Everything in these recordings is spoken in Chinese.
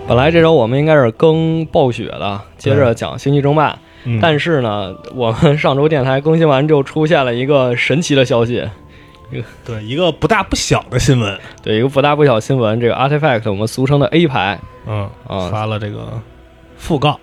本来这周我们应该是更暴雪的，接着讲星际争霸。但是呢，我们上周电台更新完就出现了一个神奇的消息， 对，一个不大不小的新闻， 对，一个不大不小新闻。这个 Artifact 我们俗称的 A 牌， 发了这个讣告。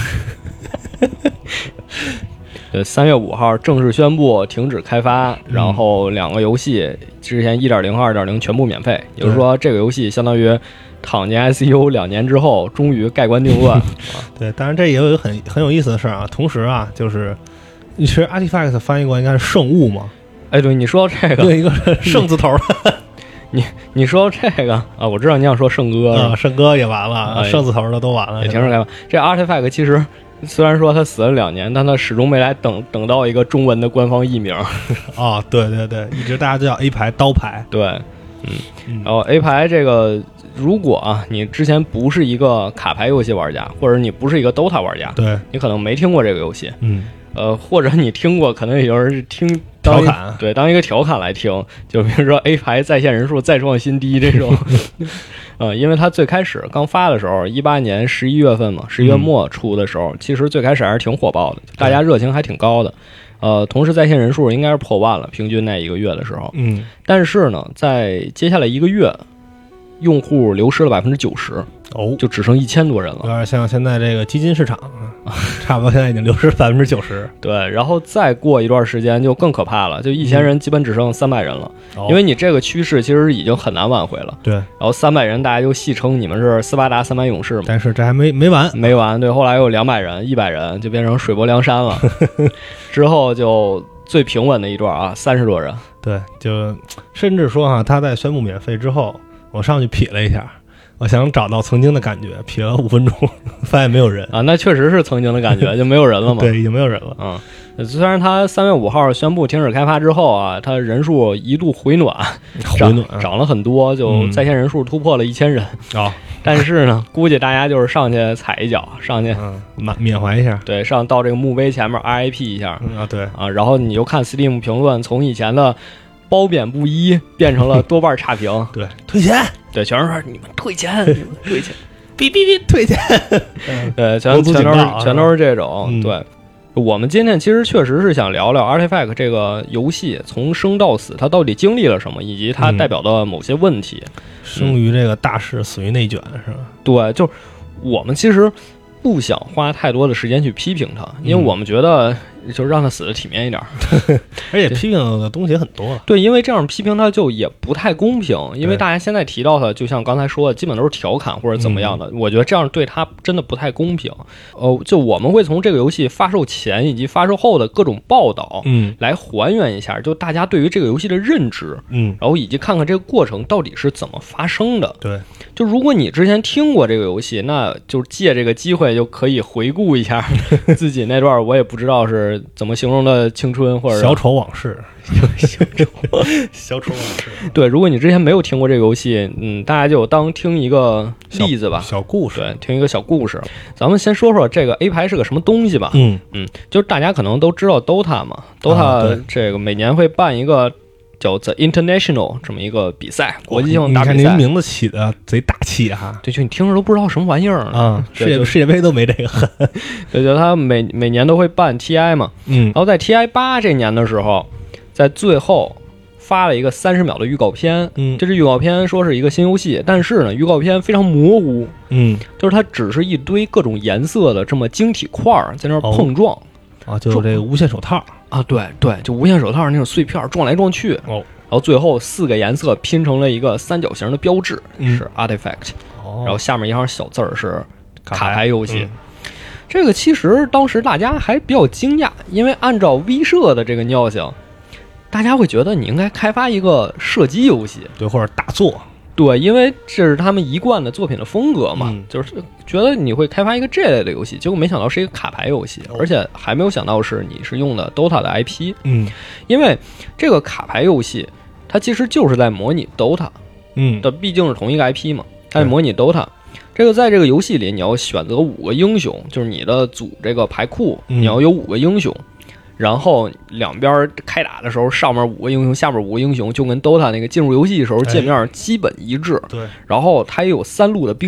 3月5号正式宣布停止开发，然后2个游戏之前 1.0 和 2.0 全部免费，也就是说这个游戏相当于躺进 ICU 2年之后终于盖棺定论。 对，当然这也有一个很有意思的事啊，同时啊，就是其实 Artifact 翻译过应该是圣物嘛。 哎，对，你说这个另一个圣字头的你说这个啊，我知道你想说圣歌啊，圣歌也完了，圣字头的都完了， 也停止开发。这 Artifact 其实虽然说他死了2年，但他始终没来等到一个中文的官方译名。 哦，对对对，一直大家都叫 A 牌刀牌。 对，然后 A 牌这个，如果啊你之前不是一个卡牌游戏玩家，或者你不是一个 DOTA 玩家， 对， 你可能没听过这个游戏。或者你听过，可能也就是听调侃， 对，当一个调侃来听，就比如说 A 牌在线人数再创新低这种。因为它最开始刚发的时候，18年11月份嘛，11月末出的时候，其实最开始还是挺火爆的，大家热情还挺高的。同时在线人数应该是破万了，平均那一个月的时候。但是呢，在接下来一个月，用户流失了90%，就只剩1000多人了， 有点像现在这个基金市场，差不多现在已经流失90%。 对，然后再过一段时间就更可怕了，就1000人基本只剩300人了，因为你这个趋势其实已经很难挽回了。 对， 然后300人大家就戏称你们是斯巴达300勇士嘛， 但是这还没完。 对，后来有200人、100人，就变成水泊梁山了。之后就最平稳的一段啊，30多人。 对，就甚至说哈，他在宣布免费之后，我上去瞥了一下，我想找到曾经的感觉，瞥了5分钟，发现没有人啊，那确实是曾经的感觉，就没有人了嘛。 对，已经没有人了。 虽然他3月5号宣布停止开发之后啊，他人数一度回暖，涨了很多，就在线人数突破了1000人。但是呢，估计大家就是上去踩一脚，上去缅怀一下， 对，到这个墓碑前面 RIP 一下对啊，然后你就看 Steam 评论，从以前的褒贬不一变成了多半差评。 对，退钱， 对，全是说你们退钱，你们退钱， 哔哔哔退钱。 对，全都是这种。对，我们今天其实确实是想聊聊 Artifact 这个游戏从生到死，它到底经历了什么，以及它代表的某些问题。 生于这个大事，死于内卷，是吧？ 对，就是我们其实不想花太多的时间去批评它，因为我们觉得就让它死的体面一点。 而且批评的东西也很多。 对，因为这样批评它就也不太公平，因为大家现在提到它，就像刚才说的，基本都是调侃或者怎么样的，我觉得这样对它真的不太公平。就我们会从这个游戏发售前以及发售后的各种报道，来还原一下，就大家对于这个游戏的认知，然后以及看看这个过程到底是怎么发生的。 对， 就如果你之前听过这个游戏，那就借这个机会就可以回顾一下自己那段我也不知道是怎么形容的青春，或者小丑往事。小丑往事。 对，如果你之前没有听过这个游戏，大家就当听一个例子吧， 小故事。 对，听一个小故事。咱们先说说这个 A 牌是个什么东西吧。就是大家可能都知道 DOTA 嘛，DOTA 这个每年会办一个叫 The International 这么一个比赛，国际性大比赛。 你看您名字起的贼大气哈。 对，就你听着都不知道什么玩意儿啊。世界杯都没这个。 对，就他每年都会办 TI 嘛。然后在 TI8这年的时候，在最后发了一个30秒的预告片。这支预告片说是一个新游戏，但是呢，预告片非常模糊。就是它只是一堆各种颜色的这么晶体块在那儿碰撞。 就是这个无线手套啊，对，就无线手套那种碎片撞来撞去。然后最后4个颜色拼成了一个三角形的标志，是 Artifact。然后下面一行小字儿是卡牌游戏。这个其实当时大家还比较惊讶，因为按照 V 社的这个尿性，大家会觉得你应该开发一个射击游戏， 对，或者大作。 对，因为这是他们一贯的作品的风格嘛，就是觉得你会开发一个这类的游戏，结果没想到是一个卡牌游戏，而且还没有想到是你是用的 DOTA 的 IP。因为这个卡牌游戏它其实就是在模拟 DOTA。的毕竟是同一个 IP 嘛，它是模拟 DOTA。这个在这个游戏里，你要选择5个英雄，就是你的组这个牌库，你要有5个英雄。然后两边开打的时候，上面5个英雄，下面5个英雄，就跟 DOTA 那个进入游戏的时候界面基本一致。 对。 然后它也有3路的兵线，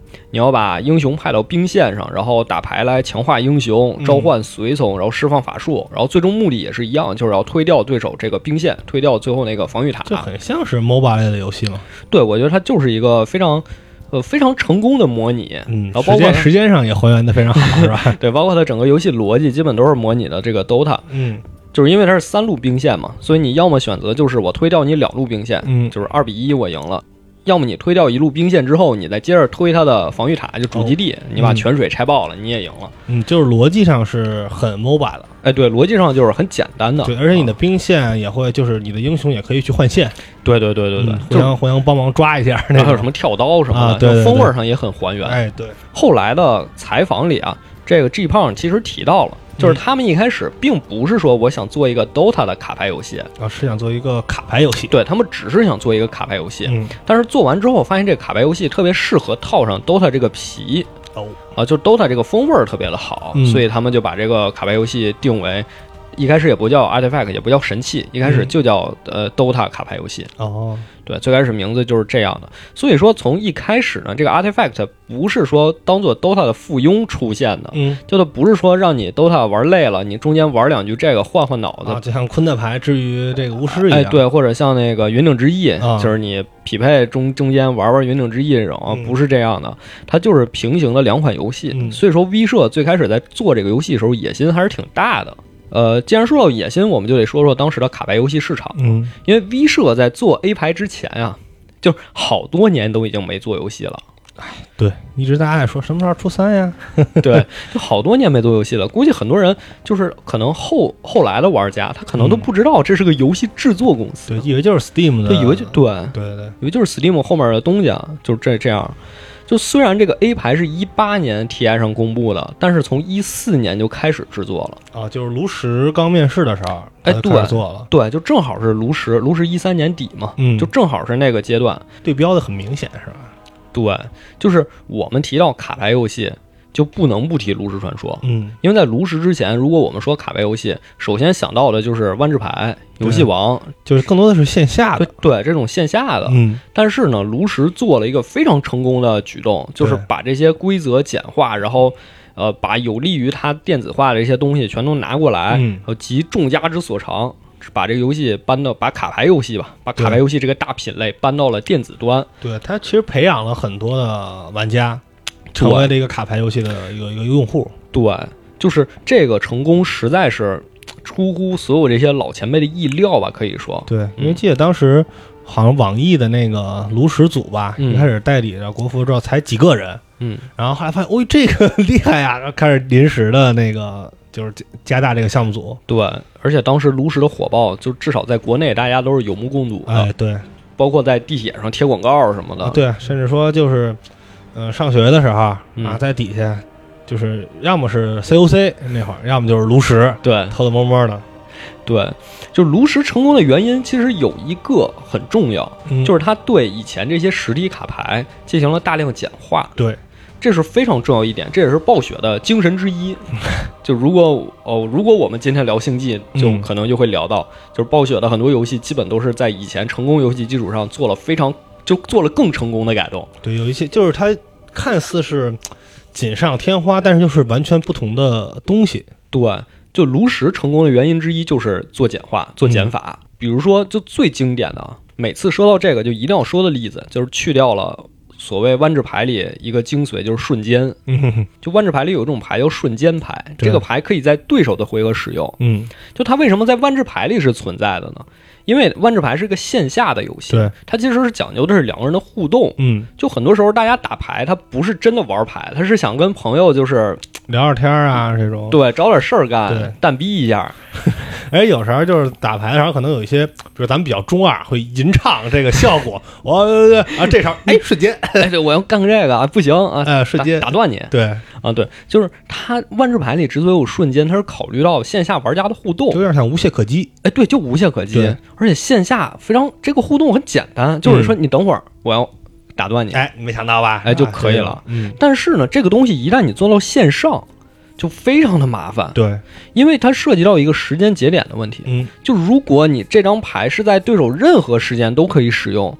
你要把英雄派到兵线上，然后打牌来强化英雄，召唤随从，然后释放法术，然后最终目的也是一样，就是要推掉对手这个兵线，推掉最后那个防御塔。 就很像是 MOBA 类的游戏嘛。 对，我觉得它就是一个非常成功的模拟，然后包括时间上也还原的非常好，是吧？ 对，包括它整个游戏逻辑基本都是模拟的这个 DOTA。就是因为它是3路兵线嘛，所以你要么选择就是我推掉你2路兵线，就是2比1我赢了。要么你推掉1路兵线之后，你再接着推它的防御塔，就主基地，你把泉水拆爆了，你也赢了。 就是逻辑上是很 MOBA 的。 哎，对，逻辑上就是很简单的。 对，而且你的兵线也会，就是你的英雄也可以去换线。 对， 互相帮忙抓一下。 还有什么跳刀什么的， 对， 风味上也很还原。 哎，对。 后来的采访里啊，这个 G 胖其实提到了。就是他们一开始并不是说我想做一个 DOTA 的卡牌游戏是想做一个卡牌游戏。 对，他们只是想做一个卡牌游戏，但是做完之后发现这个卡牌游戏特别适合套上 DOTA 这个皮就 DOTA 这个风味特别的好，所以他们就把这个卡牌游戏定为一开始也不叫 Artifact， 也不叫神器，一开始就叫DOTA 卡牌游戏。对，最开始名字就是这样的。所以说从一开始呢，这个 Artifact 不是说当做 DOTA 的附庸出现的，就它不是说让你 DOTA 玩累了，你中间玩2局这个换脑子， 就像昆特牌至于这个巫师一样。 哎，对，或者像那个云顶之翼，就是你匹配中间玩云顶之翼这种，不是这样的，它就是平行的2款游戏。所以说 V 社最开始在做这个游戏的时候野心还是挺大的。既然说到野心，我们就得说说当时的卡牌游戏市场。因为 V 社在做 A 牌之前啊，就是好多年都已经没做游戏了。 对，一直大家在说什么时候出3呀？ 对，就好多年没做游戏了。估计很多人就是可能后来的玩家，他可能都不知道这是个游戏制作公司， 对，以为就是 Steam 的， 对，以为以为就是 Steam 后面的东西啊，就是这样。就虽然这个 A 牌是18年 TI 上公布的，但是从14年就开始制作了就是炉石刚面世的时候， 对， 做了， 对，就正好是炉石13年底嘛，就正好是那个阶段， 对标的很明显，是吧？ 对，就是我们提到卡牌游戏，就不能不提炉石传说。因为在炉石之前，如果我们说卡牌游戏，首先想到的就是万智牌、游戏王， 就是更多的是线下的， 对这种线下的。但是呢，炉石做了一个非常成功的举动，就是把这些规则简化，然后把有利于它电子化的这些东西全都拿过来，集众家之所长，把这个游戏把卡牌游戏把卡牌游戏这个大品类搬到了电子端。 对，它其实培养了很多的玩家，成为了一个卡牌游戏的一个用户。 对，就是这个成功实在是出乎所有这些老前辈的意料吧，可以说。 对，因为记得当时好像网易的那个炉石组吧，一开始代理着国服之后才几个人，然后后来发现，这个厉害呀，然后开始临时的那个就是加大这个项目组。 对，而且当时炉石的火爆，就至少在国内大家都是有目共睹的。 哎，对， 包括在地铁上贴广告什么的。 对，甚至说就是，上学的时候在底下。就是要么是 COC 那会儿，要么就是炉石， 对， 偷偷摸摸的。 对，就是炉石成功的原因，其实有一个很重要，就是他对以前这些实体卡牌进行了大量简化。 对， 这是非常重要一点，这也是暴雪的精神之一。就如果我们今天聊星际，就可能就会聊到，就是暴雪的很多游戏基本都是在以前成功游戏基础上做了更成功的改动。 对，有一些就是它看似是锦上添花，但是就是完全不同的东西。 对，就炉石成功的原因之一就是做简化、做减法。比如说，就最经典的，每次说到这个就一定要说的例子，就是去掉了所谓弯智牌里一个精髓，就是瞬间。就弯智牌里有一种牌叫瞬间牌，这个牌可以在对手的回合使用。就它为什么在弯智牌里是存在的呢？因为弯智牌是个线下的游戏， 对， 它其实是讲究的是两个人的互动。就很多时候大家打牌，他不是真的玩牌，他是想跟朋友就是聊聊天啊，这种， 对，找点事儿干，蛋逼一下。 而有时候就是打牌的时候，可能有一些，比如咱们比较中二，会吟唱这个效果。这场瞬间， 对，我要干这个啊，不行啊， 瞬间打断你。 对对，就是它万智牌里之所以有瞬间，它是考虑到线下玩家的互动， 有点像无懈可击。 对，就无懈可击，而且线下非常这个互动很简单，就是说你等会儿我要打断你， 你没想到吧？ 就可以了。但是呢，这个东西一旦你做到线上，就非常的麻烦。 对， 因为它涉及到一个时间节点的问题。就如果你这张牌是在对手任何时间都可以使用，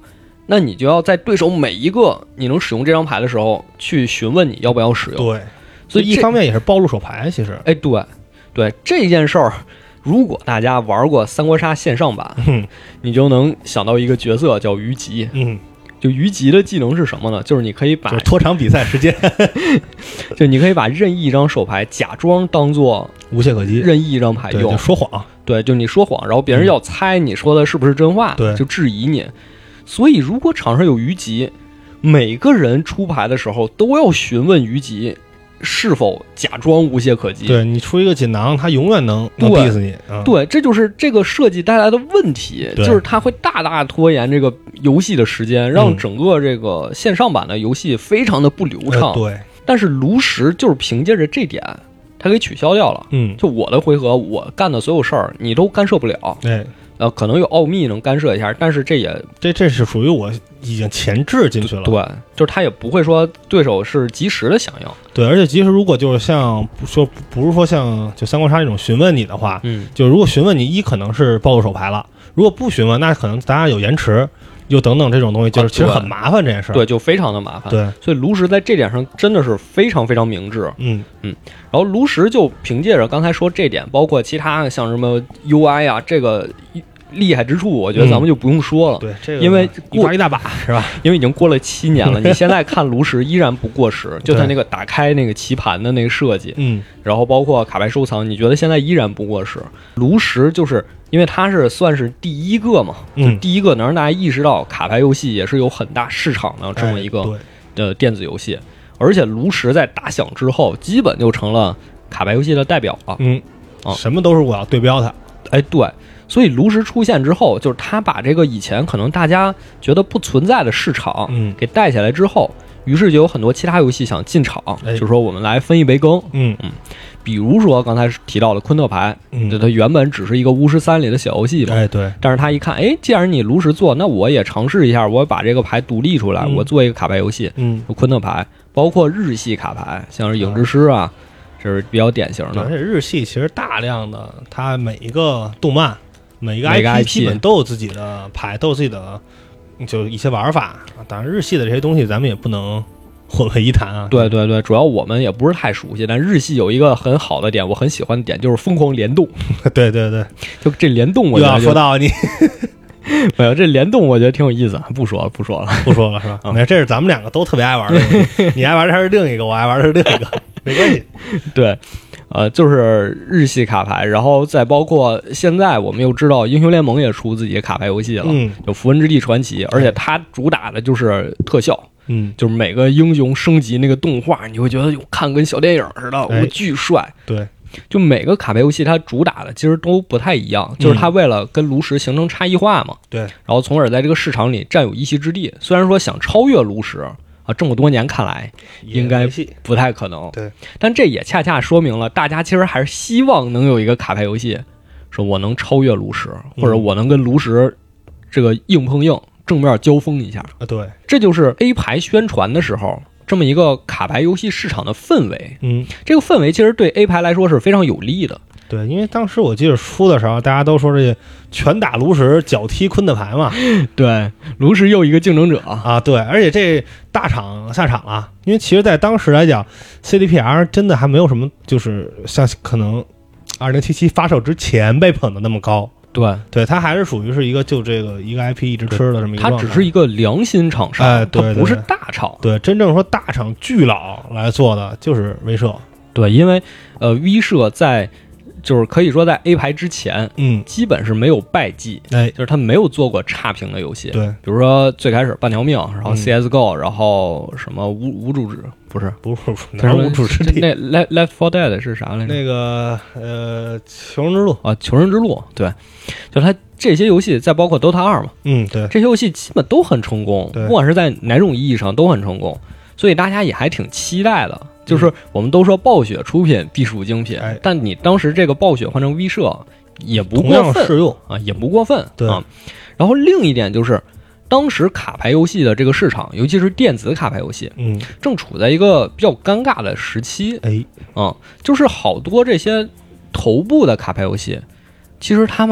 那你就要在对手每一个你能使用这张牌的时候去询问你要不要使用。 对， 所以一方面也是暴露手牌，其实。 哎，对这件事儿，如果大家玩过三国杀线上版，你就能想到一个角色叫虞姬。就虞姬的技能是什么呢？就是你可以把就是拖长比赛时间， 就你可以把任意一张手牌假装当做无懈可击， 任意一张牌用， 就说谎。 对，就你说谎，然后别人要猜你说的是不是真话， 对， 就质疑你。所以如果场上有虞姬，每个人出牌的时候都要询问虞姬是否假装无懈可击。 对，你出一个锦囊，他永远能逼死你。 对，这就是这个设计带来的问题，就是它会大大拖延这个游戏的时间，让整个这个线上版的游戏非常的不流畅。 对， 但是炉石就是凭借着这点，它给取消掉了。就我的回合，我干的所有事儿，你都干涉不了。可能有奥秘能干涉一下，但是这是属于我已经前置进去了。 对，就是他也不会说对手是及时的响应。 对，而且即使如果就是像不是说像就三国杀那种询问你的话，就如果询问你可能是暴露手牌了，如果不询问，那可能大家有延迟。又等等这种东西，就是其实很麻烦这件事。 对，就非常的麻烦。 对， 所以炉石在这点上真的是非常非常明智。然后炉石就凭借着刚才说这点，包括其他像什么 UI 啊，这个厉害之处，我觉得咱们就不用说了。 对，这个因为一大把是吧？ 因为已经过了7年了，你现在看炉石依然不过时，就它那个打开那个棋盘的那个设计，然后包括卡牌收藏，你觉得现在依然不过时。炉石就是因为它是算是第一个嘛，第一个能让大家意识到卡牌游戏也是有很大市场的这么一个电子游戏，而且炉石在打响之后，基本就成了卡牌游戏的代表了。 什么都是我要对标它。 哎，对。所以炉石出现之后，就是他把这个以前可能大家觉得不存在的市场给带起来之后，于是就有很多其他游戏想进场，就是说我们来分一杯羹。比如说刚才提到的昆特牌，它原本只是一个巫师3里的小游戏嘛， 对。 但是他一看，既然你炉石做，那我也尝试一下，我把这个牌独立出来，我做一个卡牌游戏。昆特牌，包括日系卡牌，像是影之师啊，这是比较典型的。 而且日系其实大量的，它每一个动漫。每一个 IP 基本都有自己的牌，都有自己的就一些玩法。当然，日系的这些东西咱们也不能混为一谈啊。 对，主要我们也不是太熟悉，但日系有一个很好的点，我很喜欢的点就是疯狂联动。 对， 就这联动，我又要说到你没有这联动，我觉得挺有意思。不说了，是吧？ 没事，这是咱们两个都特别爱玩的东西。你爱玩的还是另一个，我爱玩的是另一个，没关系。 对。就是日系卡牌，然后再包括现在我们又知道英雄联盟也出自己的卡牌游戏了，有符文之地传奇，而且它主打的就是特效，就是每个英雄升级那个动画，你会觉得看跟小电影似的，我巨帅。 对， 就每个卡牌游戏它主打的其实都不太一样，就是它为了跟炉石形成差异化嘛， 对， 然后从而在这个市场里占有一席之地。虽然说想超越炉石。这么多年看来应该不太可能， 对， 但这也恰恰说明了大家其实还是希望能有一个卡牌游戏，说我能超越炉石，或者我能跟炉石这个硬碰硬，正面交锋一下。 对， 这就是 A 牌宣传的时候这么一个卡牌游戏市场的氛围。这个氛围其实对 A 牌来说是非常有利的。 对，因为当时我记得出的时候，大家都说这拳打炉石，脚踢昆特牌嘛。 对，炉石又一个竞争者啊。对，而且这大厂下场了，因为其实在当时来讲 ，CDPR 真的还没有什么，就是像可能2077发售之前被捧的那么高。对，它还是属于是一个就这个一个 IP 一直吃的这么一个状态。 它只是一个良心厂商，它不是大厂。 对，真正说大厂巨老来做的就是威社。 对，因为威社在。就是可以说在 A 牌之前，基本是没有败绩，就是他没有做过差评的游戏。 对， 比如说最开始半条命，然后 CS:GO，然后什么无主之不是哪无主之地？ 那 Left 4 Dead 是啥来着？ 那个求生之路啊，求生之路。对，就他这些游戏，再包括 Dota 2嘛， 对， 这些游戏基本都很成功，不管是在哪种意义上都很成功，所以大家也还挺期待的。就是我们都说暴雪出品必属精品，但你当时这个暴雪换成威社也不过分， 适用啊，也不过分。 对啊。然后另一点就是，当时卡牌游戏的这个市场，尤其是电子卡牌游戏，正处在一个比较尴尬的时期。就是好多这些头部的卡牌游戏，其实他们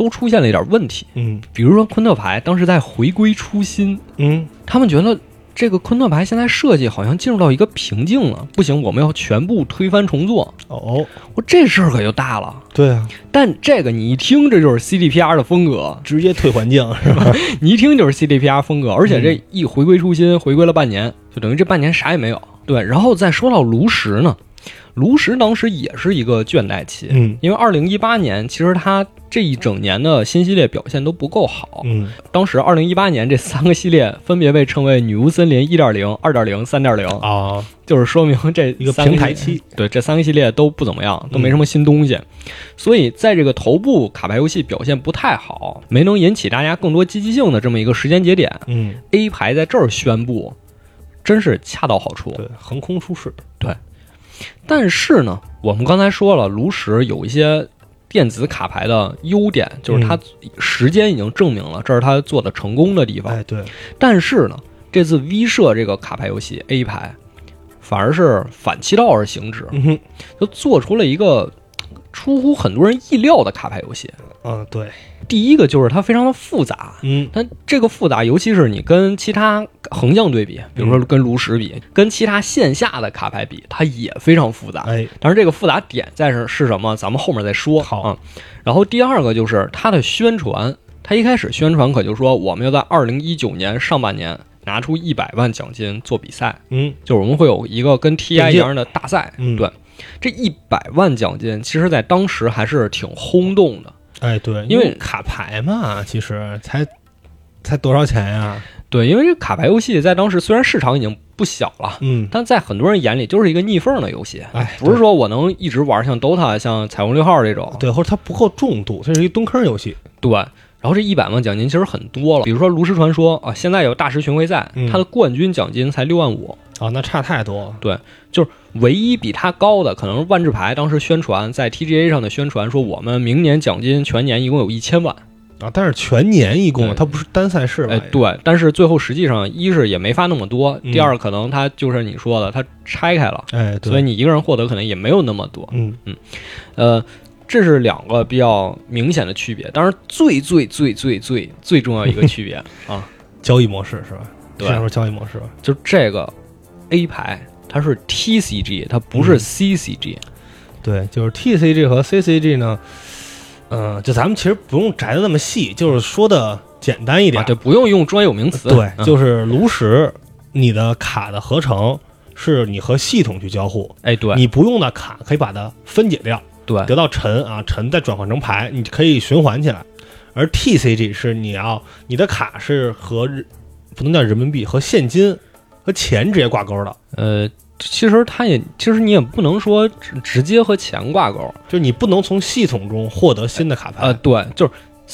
都出现了一点问题。比如说昆特牌当时在回归初心，他们觉得这个昆特牌现在设计好像进入到一个瓶颈了，不行，我们要全部推翻重做。我这事儿可就大了。 对啊， 但这个你一听这就是 CDPR 的风格， 直接退环境是吧？ 你一听就是 CDPR 风格，而且这一回归初心，回归了半年，就等于这半年啥也没有。对，然后再说到炉石呢，炉石当时也是一个倦怠期，因为2018年其实它这一整年的新系列表现都不够好，当时2018年这3个系列分别被称为女巫森林 1.0、2.0、3.0 啊， 就是说明这一个平台期， 对，这3个系列都不怎么样，都没什么新东西，所以在这个头部卡牌游戏表现不太好，没能引起大家更多积极性的这么一个时间节点，A 牌在这儿宣布，真是恰到好处， 对，横空出世， 对。但是呢，我们刚才说了，炉石有一些电子卡牌的优点，就是它时间已经证明了，这是它做的成功的地方。 哎，对。 但是呢，这次 V 社这个卡牌游戏 A 牌，反而是反其道而行之，就做出了一个出乎很多人意料的卡牌游戏。 对。 第一个就是它非常的复杂，但这个复杂，尤其是你跟其他横向对比，比如说跟炉石比，跟其他线下的卡牌比，它也非常复杂。但是这个复杂点在是什么？咱们后面再说。 好啊。然后第二个就是它的宣传，它一开始宣传可就说我们要在2019年上半年拿出100万奖金做比赛，就是我们会有一个跟 TI 一样的大赛，对，这100万奖金其实在当时还是挺轰动的。 哎，对，因为卡牌嘛，其实才多少钱呀？ 对，因为这卡牌游戏在当时虽然市场已经不小了，但在很多人眼里就是一个逆缝的游戏，不是说我能一直玩像 DOTA、像彩虹6号这种， 对，或者它不够重度，这是一蹲坑游戏， 对。然后这100万奖金其实很多了，比如说炉石传说啊，现在有大师巡回赛，它的冠军奖金才6万5。 那差太多了。 对，就是唯一比它高的，可能是万智牌当时宣传在 TGA 上的宣传说，我们明年奖金全年一共有1000万但是全年一共，它不是单赛事吧？ 对，但是最后实际上一是也没发那么多，第二可能它就是你说的，它拆开了，所以你一个人获得可能也没有那么多。这是2个比较明显的区别，当然最重要一个区别啊， 交易模式是吧？ 对， 说交易模式吧， 就这个 A 牌它是 TCG， 它不是 CCG。 对，就是 TCG 和 CCG 呢，就咱们其实不用摘的那么细，就是说的简单一点， 对，不用用专有名词。 对，就是炉石，你的卡的合成是你和系统去交互， 对， 你不用的卡可以把它分解掉， 对， 得到尘再转换成牌，你可以循环起来。而 TCG 是你的卡是和不能叫人民币，和现金和钱直接挂钩的。 其实你也不能说直接和钱挂钩， 就是你不能从系统中获得新的卡牌。 对，就是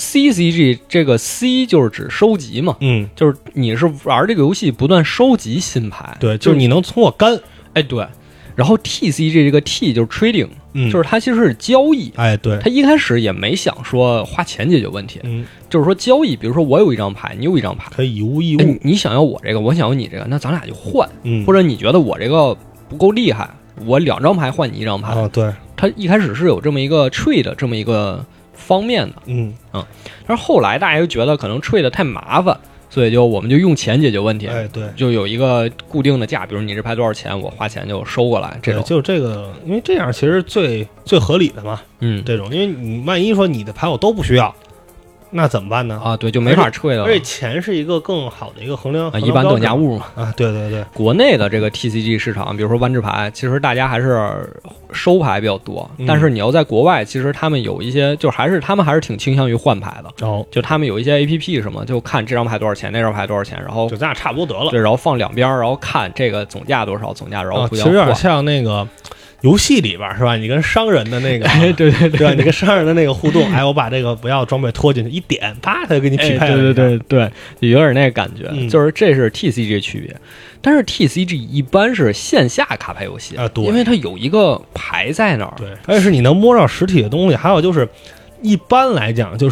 CCG 这个 C 就是指收集嘛，就是你是玩这个游戏不断收集新牌， 对，就是你能从我干， 对。然后 TCG 这个 T 就是 trading，就是它其实是交易， 对， 它一开始也没想说花钱解决问题，就是说交易，比如说我有一张牌，你有一张牌， 可以以物易物， 你想要我这个，我想要你这个，那咱俩就换，或者你觉得我这个不够厉害，我2张牌换你1张牌， 对， 它一开始是有这么一个 trade 这么一个方面的，但是后来大家就觉得可能 trade 太麻烦。所以我们就用钱解决问题， 对， 就有一个固定的价，比如你这牌多少钱，我花钱就收过来，这种就这个，因为这样其实最合理的嘛，这种，因为你万一说你的牌我都不需要，那怎么办呢？ 对，就没法吹了。 而且钱是一个更好的一个衡量一般等价物嘛。对对对， 国内的这个 TCG 市场，比如说万智牌，其实大家还是收牌比较多，但是你要在国外，其实他们有一些，他们还是挺倾向于换牌的。就他们有一些 APP 什么，就看这张牌多少钱，那张牌多少钱，然后就咱俩差不多得了。 对，然后放2边，然后看这个总价多少，总价然后其实有点像那个。游戏里边是吧？你跟商人的那个， 对， 你跟商人的那个互动，我把这个不要装备拖进去，一点，啪，他就给你匹配了。 对，有点那个感觉，就是这是 TCG 区别。但是 TCG 一般是线下卡牌游戏对， 因为它有一个牌在那儿， 对，而且是你能摸着实体的东西。还有就是一般来讲，就是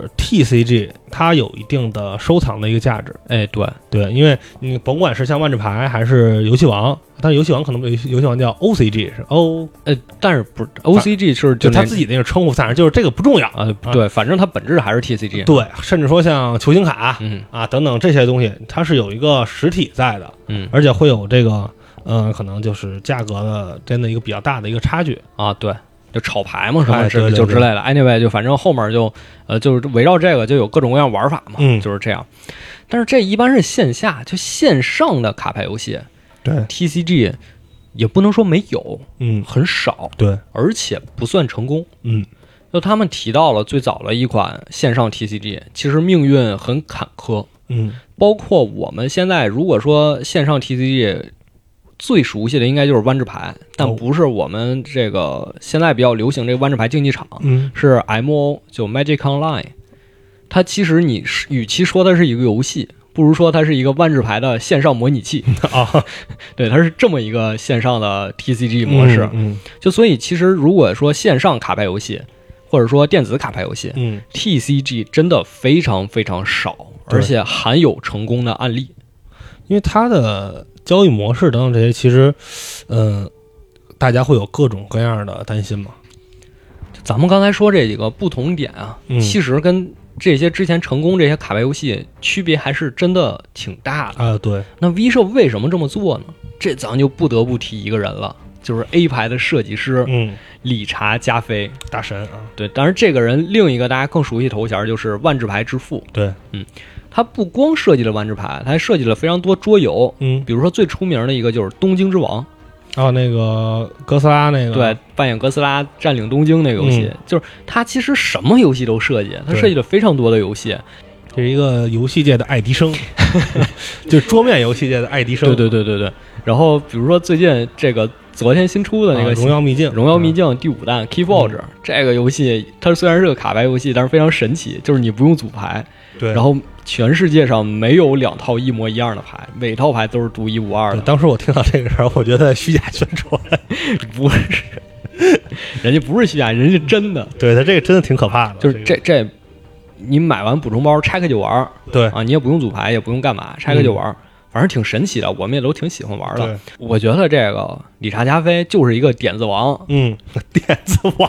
TCG 它有一定的收藏的一个价值。 哎，对对，因为你甭管是像万智牌还是游戏王，但是游戏王可能游戏王叫 OCG 是但是不是 OCG 是就他自己那个称呼，反正就是这个不重要对，反正它本质还是 TCG。 对，甚至说像球星卡等等这些东西，它是有一个实体在的，而且会有这个可能就是价格的真的一个比较大的一个差距啊，对。就炒牌嘛，什么就之类的。Anyway， 就反正后面就是围绕这个就有各种各样玩法嘛，就是这样。但是这一般是线下，就线上的卡牌游戏， 对 TCG 也不能说没有，很少， 对， 而且不算成功，就他们提到了最早的一款线上 TCG， 其实命运很坎坷，包括我们现在如果说线上 TCG。最熟悉的应该就是弯智牌，但不是我们这个现在比较流行这个弯智牌竞技场，是 MO 就 Magic Online。它其实你与其说它是一个游戏，不如说它是一个弯智牌的线上模拟器啊。对，它是这么一个线上的 TCG 模式。就所以其实如果说线上卡牌游戏，或者说电子卡牌游戏，TCG 真的非常非常少，而且罕有成功的案例， 因为它的交易模式等等这些，其实，大家会有各种各样的担心嘛。 咱们刚才说这几个不同点啊，其实跟这些之前成功这些卡牌游戏区别还是真的挺大的啊。对， 那 V 社为什么这么做呢？这咱就不得不提一个人了，就是 A 牌的设计师，理查加菲大神啊。 对，当然这个人另一个大家更熟悉头衔就是万智牌之父。 对， 他不光设计了万智牌，他还设计了非常多桌游，比如说最出名的一个就是东京之王， 那个哥斯拉那个， 对，扮演哥斯拉占领东京那个游戏，就是他其实什么游戏都设计，他设计了非常多的游戏， 这是一个游戏界的爱迪生，就是桌面游戏界的爱迪生。 对。然后比如说最近这个昨天新出的那个荣耀秘境第5弹 Keyforge，这个游戏它虽然是个卡牌游戏，但是非常神奇，就是你不用组牌， 对， 然后全世界上没有2套一模一样的牌，每套牌都是独一无二的。 当时我听到这个时候，我觉得虚假宣传， 不是，人家不是虚假，人家真的。 对，他这个真的挺可怕的， 就是这你买完补充包拆开就玩， 对啊，你也不用组牌，也不用干嘛，拆开就玩。反正挺神奇的，我们也都挺喜欢玩的。我觉得这个理查加菲就是一个点子王， 点子王，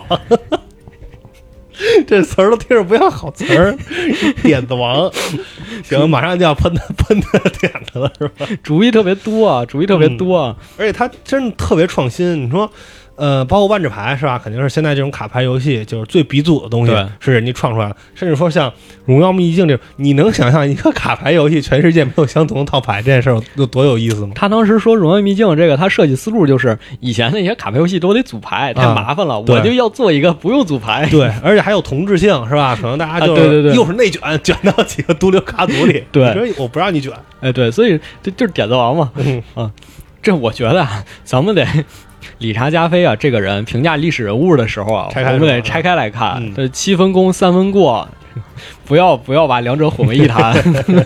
这词儿都听着不像好词儿，点子王。行，马上就要喷的点子了，是吧？ 主意特别多啊， 而且他真的特别创新。你说，包括万智牌是吧？肯定是现在这种卡牌游戏就是最鼻祖的东西，是人家创出来的。甚至说像荣耀秘境这种，你能想象一个卡牌游戏全世界没有相同的套牌这件事儿有多有意思吗？ 他当时说荣耀秘境这个，他设计思路就是以前那些卡牌游戏都得组牌，太麻烦了，我就要做一个不用组牌。 对，而且还有同质性是吧？可能大家就是又是内卷到几个毒瘤卡组里， 对， 我不让你卷， 对，所以就是点子王嘛。这我觉得咱们得。理查加菲啊，这个人评价历史人物的时候啊，我们得拆开来看。这7分功3分过，不要把两者混为一谈。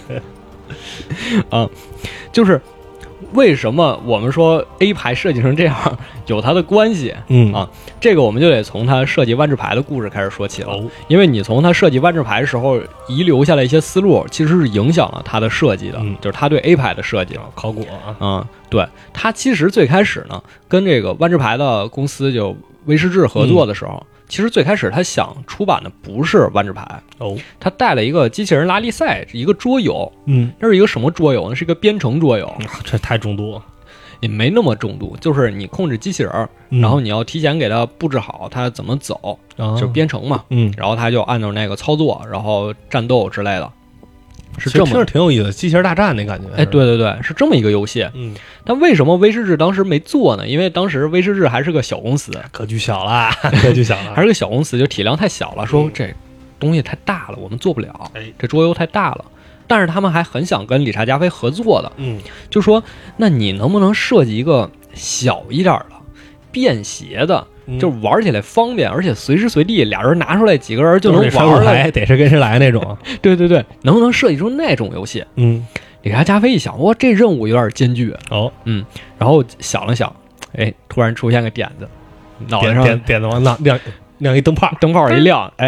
就是为什么我们说 A 牌设计成这样有它的关系？这个我们就得从他设计万智牌的故事开始说起了。因为你从他设计万智牌的时候遗留下来一些思路，其实是影响了他的设计的，就是他对 A 牌的设计。 考古啊， 对，他其实最开始呢，跟这个万智牌的公司就威士忌合作的时候，其实最开始他想出版的不是万智牌他带了一个机器人拉力赛，一个桌游。那是一个什么桌游呢？是一个编程桌游。 这太重度了。 也没那么重度，就是你控制机器人，然后你要提前给它布置好它怎么走，就编程嘛。然后它就按照那个操作，然后战斗之类的。是这么， 听着挺有意思，机器人大战那感觉。 对，是这么一个游戏。但为什么威士忌当时没做呢？因为当时威士忌还是个小公司， 格局小了， 还是个小公司，就体量太小了。说这东西太大了，我们做不了。这桌游太大了。但是他们还很想跟理查加菲合作的，就说那你能不能设计一个小一点的、便携的，就玩起来方便，而且随时随地俩人拿出来几个人就能玩了， 得是跟谁来那种。 对，能不能设计出那种游戏？理查加菲一想，哇，这任务有点艰巨然后想了想，突然出现个点子，脑袋上点子往亮一灯泡一亮，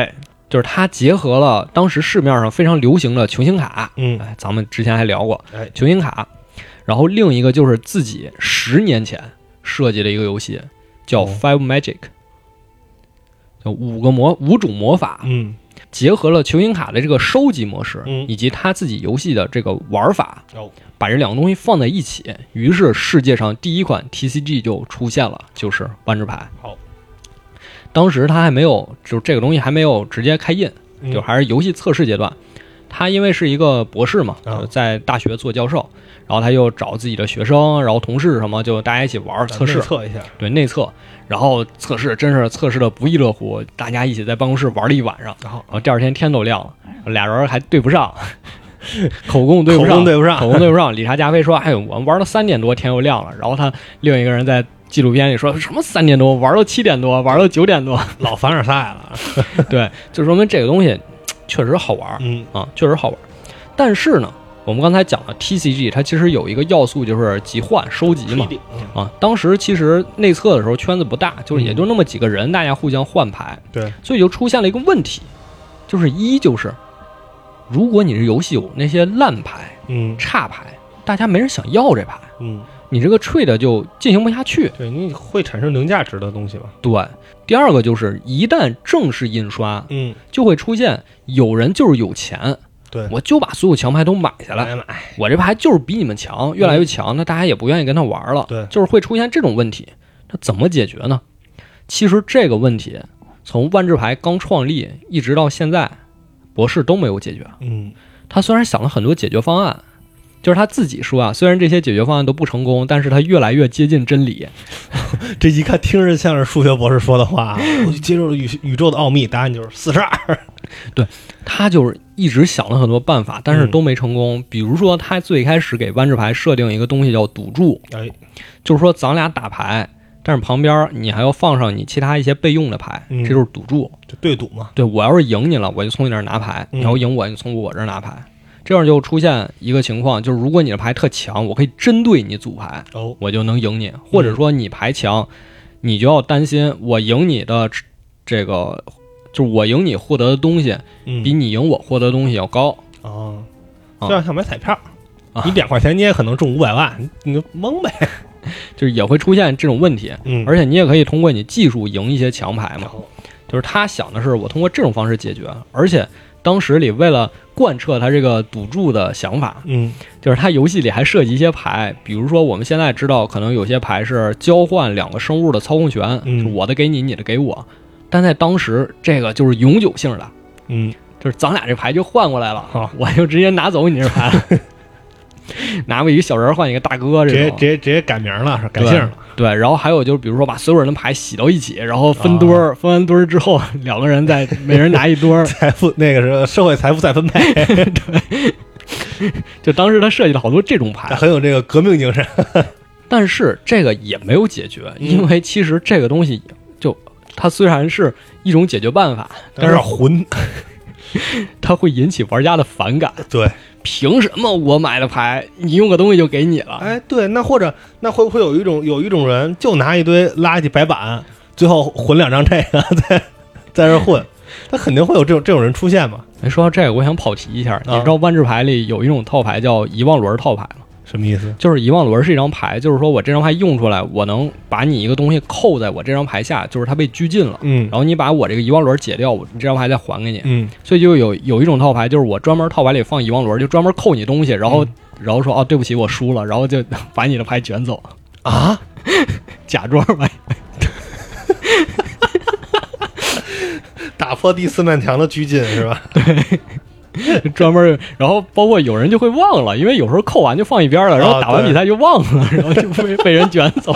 就是它结合了当时市面上非常流行的球星卡，咱们之前还聊过，球星卡。然后另一个就是自己10年前设计的一个游戏，叫 Five Magic，叫五种魔法，结合了球星卡的这个收集模式，以及他自己游戏的这个玩法，把这两个东西放在一起，于是世界上第一款 TCG 就出现了，就是万智牌。 好， 当时他还没有，就是这个东西还没有直接开印，就还是游戏测试阶段。他因为是一个博士嘛，在大学做教授，然后他又找自己的学生，然后同事什么，就大家一起玩测试， 内测一下， 对，内测，然后测试真是测试的不亦乐乎，大家一起在办公室玩了一晚上，然后第二天天都亮了，俩人还对不上，口供对不上。理查加菲说：“哎，我们玩到3点多，天又亮了。”然后他另一个人在纪录片里说什么3点多玩到7点多，玩到9点多， 老凡尔赛了。 对，就说明这个东西确实好玩，确实好玩。但是呢，我们刚才讲的 TCG， 它其实有一个要素就是集换收集嘛，当时其实内测的时候圈子不大，就是也就那么几个人，大家互相换牌， 对， 所以就出现了一个问题，就是如果你这游戏有那些烂牌，差牌，大家没人想要这牌，你这个 trade 就进行不下去， 对，你会产生零价值的东西吧？ 对。第二个就是一旦正式印刷，就会出现有人就是有钱， 对， 我就把所有强牌都买下来，我这牌就是比你们强，越来越强，那大家也不愿意跟他玩了， 对， 就是会出现这种问题。那怎么解决呢？其实这个问题从万智牌刚创立一直到现在，博士都没有解决。他虽然想了很多解决方案，就是他自己说啊，虽然这些解决方案都不成功，但是他越来越接近真理。 这一看听着像是数学博士说的话，我就接受宇宙的奥秘，答案就是42。 对，他就是一直想了很多办法，但是都没成功。比如说他最开始给万智牌设定一个东西叫赌注，就是说咱俩打牌，但是旁边你还要放上你其他一些备用的牌，这就是赌注， 就对赌嘛。 对，我要是赢你了，我就从你那儿拿牌，你要赢我，你从我这儿拿牌。这样就出现一个情况，就是如果你的牌特强，我可以针对你组牌，我就能赢你；或者说你牌强，你就要担心我赢你的这个，就是我赢你获得的东西，比你赢我获得的东西要高。 就像买彩票，你2块钱你也可能中500万，你就蒙呗。 就是也会出现这种问题，而且你也可以通过你技术赢一些强牌嘛。就是他想的是我通过这种方式解决，而且当时里为了贯彻他这个赌注的想法，就是他游戏里还设计一些牌，比如说我们现在知道可能有些牌是交换2个生物的操控权，就是我的给你，你的给我，但在当时这个就是永久性的，就是咱俩这牌就换过来了，我就直接拿走你这牌了。拿过一个小人换一个大哥，这种直接改名了，改姓了。 对，然后还有就是比如说把所有人的牌洗到一起，然后分堆儿，分完堆儿之后2个人再每人拿一堆儿， 财富那个是社会财富再分配。 对，就当时他设计了好多这种牌， 很有这个革命精神。 但是这个也没有解决，因为其实这个东西就它虽然是一种解决办法，但是混， 它会引起玩家的反感。 对。 凭什么我买的牌你用个东西就给你了？ 哎，对，那或者那会不会有一种人就拿一堆垃圾白板，最后混2张这个在这混？他肯定会有这种人出现嘛。 说到这个，我想跑题一下，你知道万智牌里有一种套牌叫遗忘轮套牌吗？ 什么意思？ 就是遗忘轮是一张牌，就是说我这张牌用出来，我能把你一个东西扣在我这张牌下，就是它被拘禁了。然后你把我这个遗忘轮解掉，你这张牌再还给你。所以就有一种套牌，就是我专门套牌里放遗忘轮，就专门扣你东西，然后说哦对不起我输了，然后就把你的牌卷走啊， 假装吧。 打破第4面墙的拘禁是吧？ 对。专门，然后包括有人就会忘了，因为有时候扣完就放一边了，然后打完比赛就忘了，然后就被人卷走。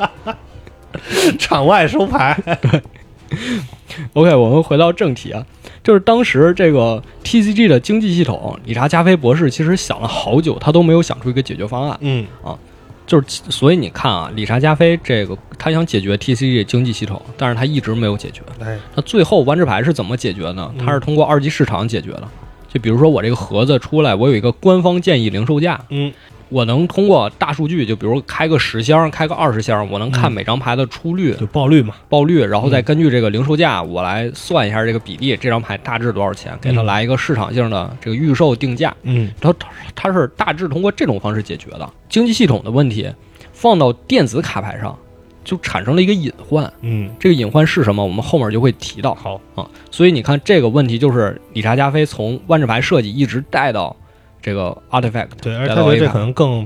场外收牌。 对。OK， 我们回到正题啊，就是当时这个 TCG 的经济系统，理查加菲博士其实想了好久，他都没有想出一个解决方案。就是所以你看啊，理查加菲这个他想解决 TCG 经济系统，但是他一直没有解决。那最后万智牌是怎么解决呢？他是通过2级市场解决的。就比如说我这个盒子出来，我有一个官方建议零售价， 我能通过大数据，就比如开个10箱，开个20箱，我能看每张牌的出率， 就爆率嘛， 爆率，然后再根据这个零售价，我来算一下这个比例，这张牌大致多少钱，给它来一个市场性的这个预售定价。它是大致通过这种方式解决的。经济系统的问题放到电子卡牌上，就产生了一个隐患。这个隐患是什么？我们后面就会提到。 好啊，所以你看这个问题就是理查加菲从万智牌设计一直带到这个 Artifact。 对，而且他觉得这可能更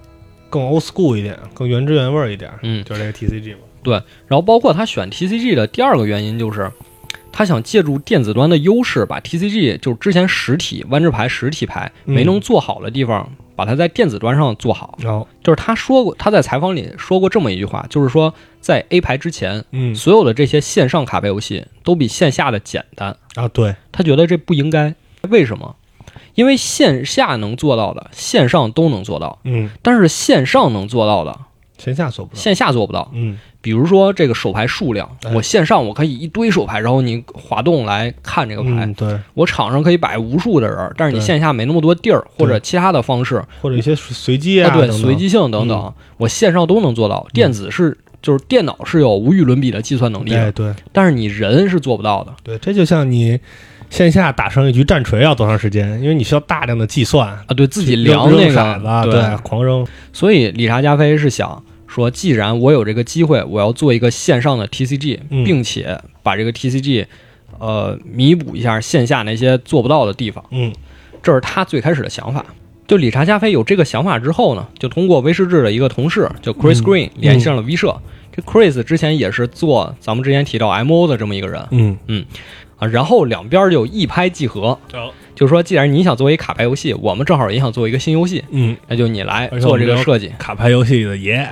old school 一点，更原汁原味一点。就是这个 TCG 嘛。 对，然后包括他选 TCG 的第二个原因就是他想借助电子端的优势，把 TCG 就是之前实体万智牌实体牌没能做好的地方，把它在电子端上做好。就是他说过，他在采访里说过这么一句话，就是说在 A 牌之前，所有的这些线上卡牌游戏都比线下的简单啊。对， 他觉得这不应该。为什么？因为线下能做到的，线上都能做到。但是线上能做到的， 线下做不到。 线下做不到。比如说这个手牌数量，我线上我可以一堆手牌，然后你滑动来看这个牌。 对， 我场上可以摆无数的人，但是你线下没那么多地儿，或者其他的方式， 或者一些随机啊， 对，随机性等等，我线上都能做到。电子就是电脑是有无与伦比的计算能力的， 对， 但是你人是做不到的。 对，这就像你线下打上一局战锤要多长时间？因为你需要大量的计算啊，对自己量那个骰子，对，狂扔。 所以理查加菲是想说，既然我有这个机会，我要做一个线上的 TCG，并且把这个 TCG，弥补一下线下那些做不到的地方。这是他最开始的想法。就理查加菲有这个想法之后呢，就通过威士忌的一个同事，就 Chris Green 联系上了 V 社。这 Chris 之前也是做咱们之前提到 MO 的这么一个人。然后两边就一拍即合。就是说，既然你想做一卡牌游戏，我们正好也想做一个新游戏，那就你来做这个设计。 卡牌游戏的爷，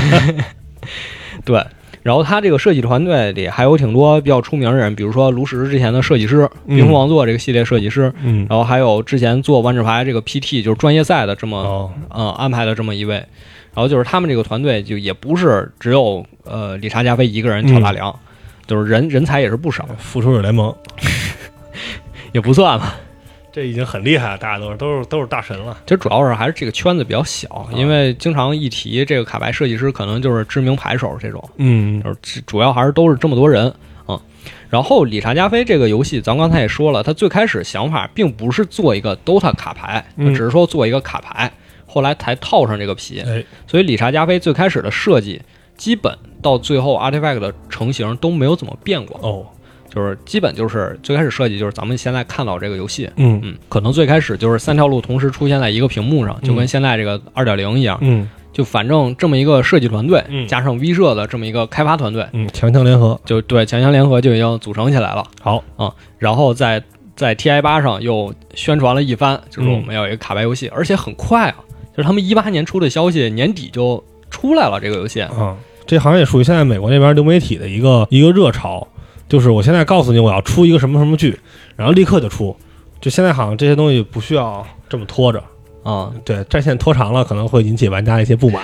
对。然后他这个设计团队里还有挺多比较出名的人，比如说炉石之前的设计师，冰封王座这个系列设计师，然后还有之前做万智牌这个 PT 就是专业赛的这么安排的这么一位。然后就是他们这个团队就也不是只有理查加菲一个人挑大梁，就是人才也是不少。 复仇者联盟也不算吧。 这已经很厉害了，大家都是大神了。 其实主要是还是这个圈子比较小，因为经常一提这个卡牌设计师，可能就是知名牌手这种。就是主要还是都是这么多人。然后理查加菲这个游戏，咱刚才也说了，他最开始想法并不是做一个 DOTA 卡牌，只是说做一个卡牌，后来才套上这个皮。所以理查加菲最开始的设计，基本到最后 Artifact 的成型都没有怎么变过。就是基本就是最开始设计就是咱们现在看到这个游戏，可能最开始就是3条路同时出现在一个屏幕上，就跟现在这个 2.0 一样，就反正这么一个设计团队，加上 V 社的这么一个开发团队， 强强联合， 就对，强强联合就已经组成起来了。 好然后在 TI8 上又宣传了一番，就是我们要有一个卡牌游戏，而且很快啊，就是他们18年出的消息，年底就出来了这个游戏。 这好像也属于现在美国那边流媒体的一个热潮。就是我现在告诉你我要出一个什么什么剧，然后立刻就出。就现在好像这些东西不需要这么拖着对，战线拖长了可能会引起玩家一些不满。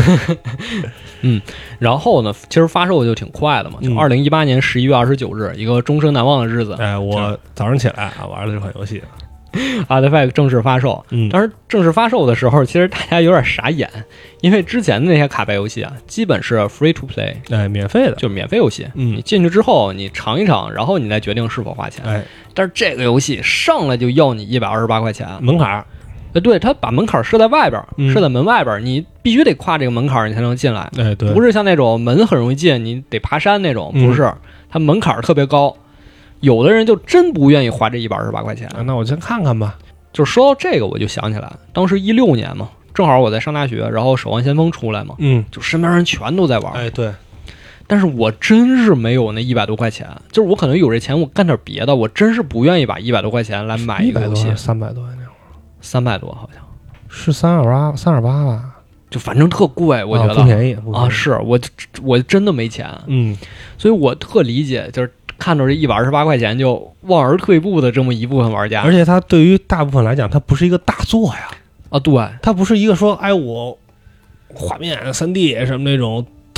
然后呢，其实发售就挺快的嘛，就2018年11月29日，一个终生难忘的日子。 我早上起来玩了这款游戏。 Artifact 正式发售，当时正式发售的时候，其实大家有点傻眼，因为之前的那些卡牌游戏啊，基本是 free to play， 免费的， 就是免费游戏。你进去之后，你尝一尝，然后你再决定是否花钱。但是这个游戏上来就要你128块钱门槛。 对，他把门槛设在外边，设在门外边，你必须得跨这个门槛，你才能进来。 对， 不是像那种门很容易进，你得爬山那种，不是，它门槛特别高。有的人就真不愿意花这128块钱。 那我先看看吧。 就是说到这个，我就想起来，当时16年嘛，正好我在上大学，然后《守望先锋》出来嘛，就身边人全都在玩。 对。 但是我真是没有那100多块钱，就是我可能有这钱，我干点别的，我真是不愿意把100多块钱来买一个游戏。 300多那会儿 ，300多好像是328吧， 就反正特贵，我觉得不便宜啊。是我真的没钱，所以我特理解，就是看着这128块钱就望而退步的这么一部分玩家。 而且它对于大部分来讲，它不是一个大作呀。 对， 它不是一个说我画面3D 什么那种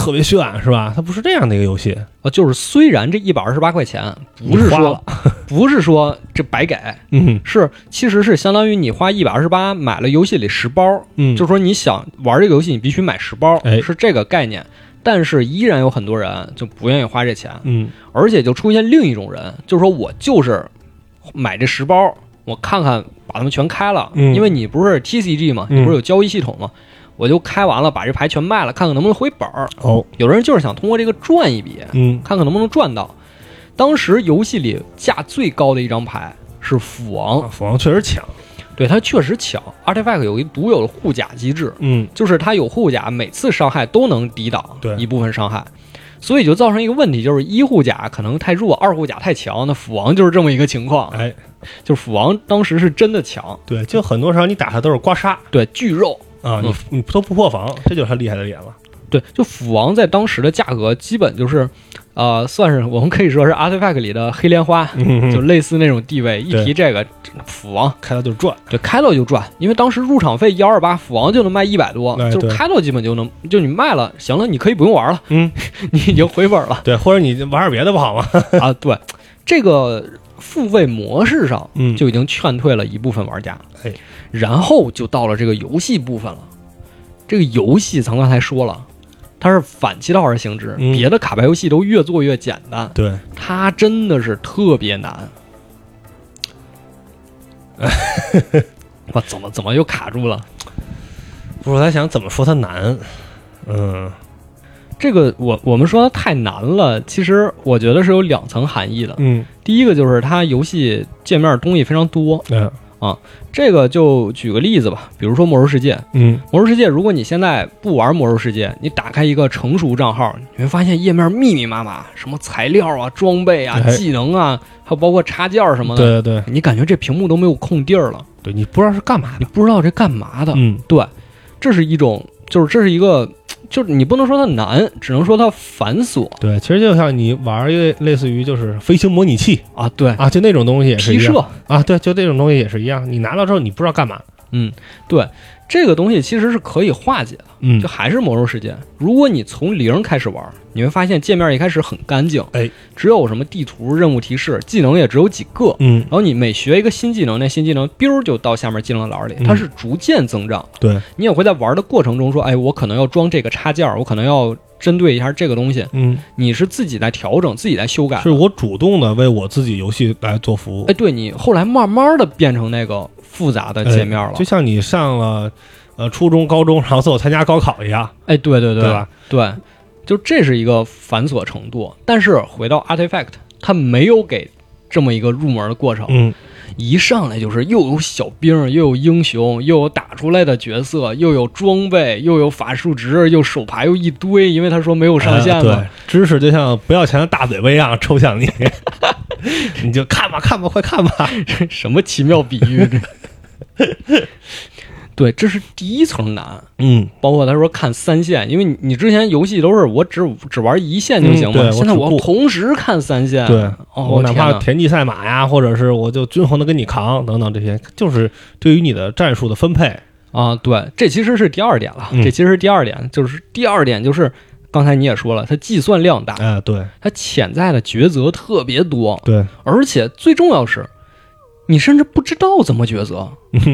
特别炫，是吧？它不是这样的一个游戏就是虽然这128块钱不是说这白给，其实是相当于你花128买了游戏里10包，就是说你想玩这个游戏，你必须买10包，是这个概念。但是依然有很多人就不愿意花这钱，而且就出现另一种人，就是说我就是买这10包，我看看把它们全开了，因为你不是 TCG 嘛，你不是有交易系统嘛，我就开完了把这牌全卖了，看看能不能回本儿。有人就是想通过这个赚一笔，看看能不能赚到。当时游戏里价最高的一张牌是斧王， 斧王确实强。 对，它确实强。Artifact 有一独有的护甲机制，就是它有护甲，每次伤害都能抵挡一部分伤害，所以就造成一个问题，就是1护甲可能太弱，2护甲太强，那斧王就是这么一个情况。就是斧王当时是真的强。 对，就很多时候你打它都是刮痧， 对，巨肉啊，你都不破防，这就是它厉害的点了。 对，就斧王在当时的价格基本就是，算是我们可以说是 Artifact 里的黑莲花，就类似那种地位。一提这个斧王， 开到就赚， 对，开到就赚，因为当时入场费128，斧王就能卖100多，就是开到基本就能，就你卖了，行了，你可以不用玩了，你已经回本了， 对，或者你玩点别的不好吗？ 对，这个付费模式上就已经劝退了一部分玩家，然后就到了这个游戏部分了。这个游戏咱刚才说了。它是反其道而行之，别的卡牌游戏都越做越简单， 对， 它真的是特别难。我怎么又卡住了？ 不是，我在想怎么说它难。 这个我们说它太难了，其实我觉得是有2层含义的。第一个就是它游戏界面东西非常多。这个就举个例子吧，比如说魔兽世界。魔兽世界如果你现在不玩魔兽世界，你打开一个成熟账号，你会发现页面密密麻麻，什么材料啊、装备啊、技能啊，还有包括插件什么的。 对， 你感觉这屏幕都没有空地儿了。 对，你不知道是干嘛的， 你不知道这干嘛的。对，这是一种，就是这是一个。就是你不能说它难，只能说它繁琐。对， 其实就像你玩一个类似于就是飞行模拟器啊，对啊，就那种东西也是一样提射啊，对，就这种东西也是一样。你拿到之后你不知道干嘛。 对，这个东西其实是可以化解的。就还是魔兽世界，如果你从0开始玩，你会发现界面一开始很干净，只有什么地图、任务提示、技能也只有几个，然后你每学一个新技能，那新技能biu就到下面技能栏里，它是逐渐增长。 对， 你也会在玩的过程中说，我可能要装这个插件，我可能要针对一下这个东西。你是自己在调整，自己在修改， 是我主动的为我自己游戏来做服务。 对，你后来慢慢的变成那个复杂的界面了， 就像你上了初中、高中，然后最后参加高考一样。 对吧？ 对，就这是一个繁琐程度。但是回到 Artifact， 它没有给这么一个入门的过程。一上来就是又有小兵，又有英雄，又有打出来的角色，又有装备，又有法术值，又手牌又一堆，因为他说没有上限嘛。 对，知识就像不要钱的大嘴巴一样抽向你，你就看吧，快看吧， 什么奇妙比喻？对，这是第一层难。包括他说看3线，因为你之前游戏都是我只玩1线就行嘛，现在我同时看3线。 对，我哪怕田忌赛马呀，或者是我就均衡的跟你扛等等，这些就是对于你的战术的分配啊。对，这其实是第2点了。这其实是第2点，就是第2点就是刚才你也说了，它计算量大。 对， 它潜在的抉择特别多。 对， 而且最重要是，你甚至不知道怎么抉择。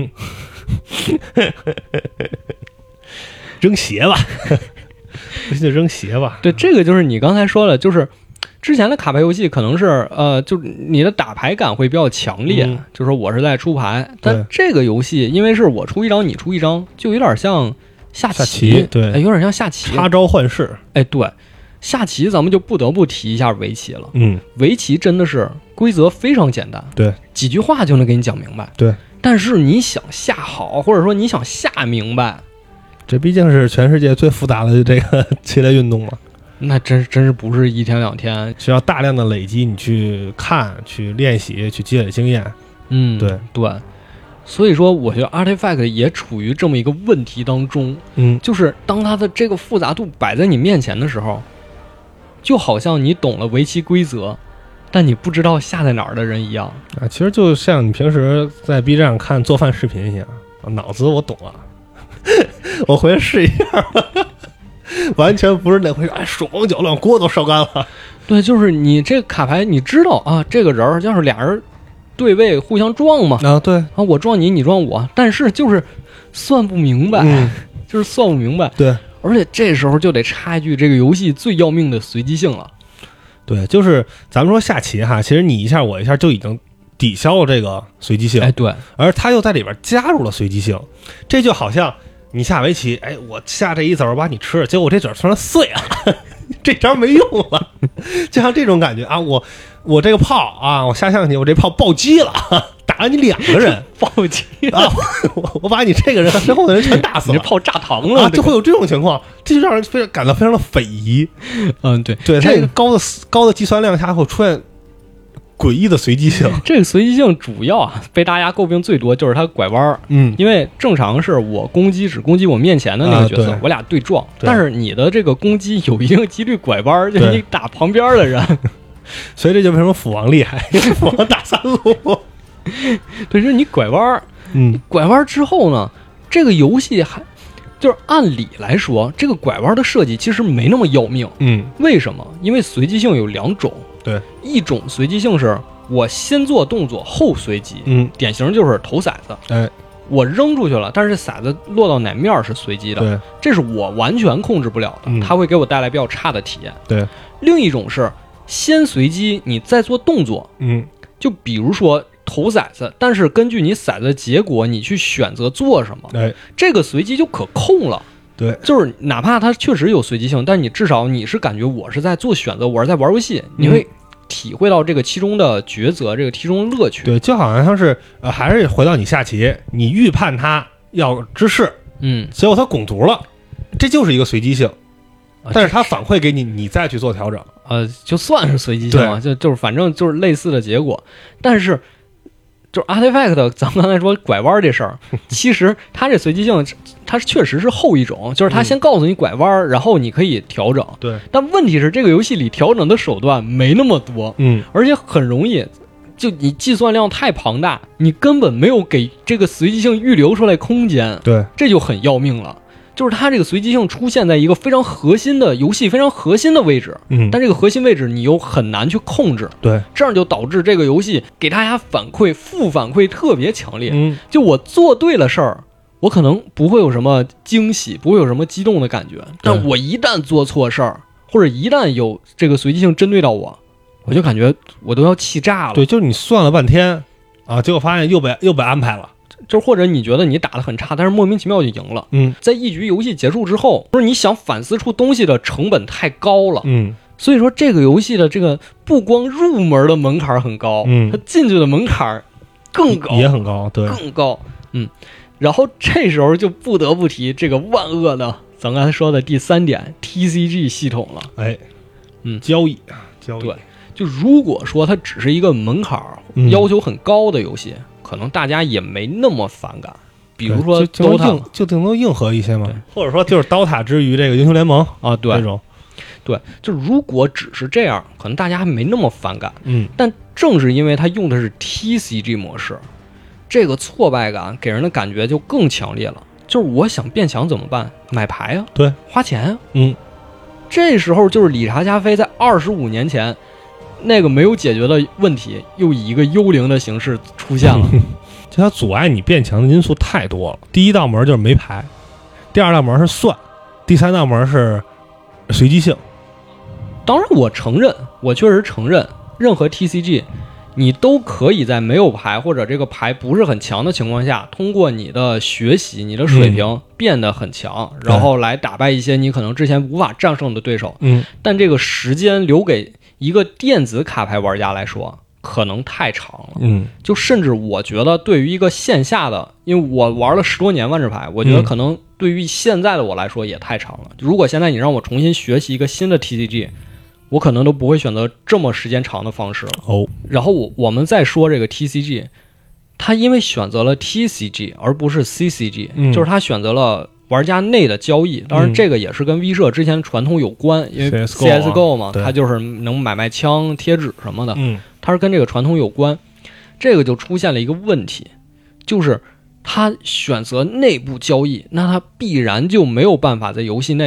扔鞋吧，就扔鞋吧。 对，这个就是你刚才说的，就是之前的卡牌游戏可能是就你的打牌感会比较强烈，就是我是在出牌。但这个游戏因为是我出一张你出一张，就有点像下棋。 对， 有点像下棋， 插招换式。 对，下棋咱们就不得不提一下围棋了。围棋真的是规则非常简单， 对， 几句话就能给你讲明白。 对， 但是你想下好，或者说你想下明白， 这毕竟是全世界最复杂的这个棋类运动了。 那真是不是1天2天， 需要大量的累积，你去看、去练习、去积累经验。对。 所以说，我觉得 Artifact 也处于这么一个问题当中。就是当它的这个复杂度摆在你面前的时候，就好像你懂了围棋规则，但你不知道下在哪儿的人一样啊。其实就像你平时在 B 站看做饭视频一样，脑子我懂了，我回来试一下。 完全不是那回事。手忙脚乱，锅都烧干了。 对，就是你这卡牌，你知道啊，这个人要是俩人对位互相撞嘛， 对啊， 我撞你，你撞我，但是就是算不明白，就是算不明白。 对， 而且这时候就得插一句，这个游戏最要命的随机性了。 对，就是咱们说下棋哈，其实你一下我一下就已经抵消了这个随机性， 对， 而他又在里边加入了随机性，这就好像你下围棋，我下这一子儿把你吃了，结果我这子儿突然碎了，这招没用了，就像这种感觉啊，我这个炮啊，我下象棋，我这炮暴击了，打了你2个人， 暴击啊，我把你这个人和身后的人全打死了， 你这炮炸膛了， 就会有这种情况，这就让人感到非常的匪夷。对，它一个高的计算量下会出现诡异的随机性。 这个随机性主要啊被大家诟病最多就是它拐弯，因为正常是我攻击只攻击我面前的那个角色，我俩对撞，但是你的这个攻击有一定几率拐弯，就是你打旁边的人， 所以这就为什么斧王厉害，斧王打3路。 对，就是你拐弯，拐弯之后呢，这个游戏还就是按理来说，这个拐弯的设计其实没那么要命。为什么？因为随机性有2种。 对， 一种随机性是我先做动作后随机，典型就是投骰子，我扔出去了，但是骰子落到哪面是随机的， 对， 这是我完全控制不了的，它会给我带来比较差的体验。 对， 另一种是先随机，你再做动作，就比如说投骰子，但是根据你骰子的结果，你去选择做什么，这个随机就可控了。 对， 就是哪怕它确实有随机性，但你至少你是感觉我是在做选择，我是在玩游戏，你会体会到这个其中的抉择，这个其中的乐趣。 对，就好像是还是回到你下棋，你预判他要知势，结果他拱卒了，这就是一个随机性，但是他反馈给你，你再去做调整， 就算是随机性啊，就是反正就是类似的结果，但是。就是 Artifact， 咱们刚才说拐弯这事儿，其实它这随机性，它确实是后一种，就是它先告诉你拐弯，然后你可以调整。 对， 但问题是这个游戏里调整的手段没那么多，而且很容易，就你计算量太庞大，你根本没有给这个随机性预留出来空间。 对， 这就很要命了。就是它这个随机性出现在一个非常核心的游戏非常核心的位置，但这个核心位置你又很难去控制， 对， 这样就导致这个游戏给大家负反馈特别强烈，就我做对了事儿，我可能不会有什么惊喜，不会有什么激动的感觉，但我一旦做错事儿，或者一旦有这个随机性针对到我就感觉我都要气炸了。 对，就是你算了半天啊，结果发现又被安排了。 就是或者你觉得你打得很差，但是莫名其妙就赢了。在一局游戏结束之后，不是你想反思出东西的成本太高了。所以说这个游戏的这个不光入门的门槛很高，它进去的门槛更高， 也很高，对， 更高。然后这时候就不得不提这个万恶的咱刚才说的第3点 TCG 系统了。 交易。 对，就如果说它只是一个门槛要求很高的游戏。可能大家也没那么反感，比如说 DOTA 就顶多硬核一些嘛，或者说就是 DOTA 之于这个英雄联盟啊，对这种， 对，就如果只是这样，可能大家还没那么反感，但正是因为它用的是 TCG 模式，这个挫败感给人的感觉就更强烈了。就是我想变强怎么办？买牌啊， 对， 花钱啊，这时候就是理查加菲在25年前。那个没有解决的问题，又以一个幽灵的形式出现了。 就它阻碍你变强的因素太多了。第一道门就是没牌，第2道门是算，第3道门是随机性。 当然，我确实承认，任何 TCG 你都可以在没有牌或者这个牌不是很强的情况下，通过你的学习、你的水平变得很强，然后来打败一些你可能之前无法战胜的对手。但这个时间留给一个电子卡牌玩家来说可能太长了，就甚至我觉得对于一个线下的，因为我玩了10多年万智牌，我觉得可能对于现在的我来说也太长了。如果现在你让我重新学习一个新的 TCG， 我可能都不会选择这么时间长的方式了。然后我们再说这个 TCG， 它因为选择了 TCG 而不是 CCG，就是它选择了玩家内的交易，当然这个也是跟 V 社之前传统有关，因为 CSGO 嘛，它就是能买卖枪、贴纸什么的，它是跟这个传统有关。这个就出现了一个问题，就是它选择内部交易，那它必然就没有办法在游戏内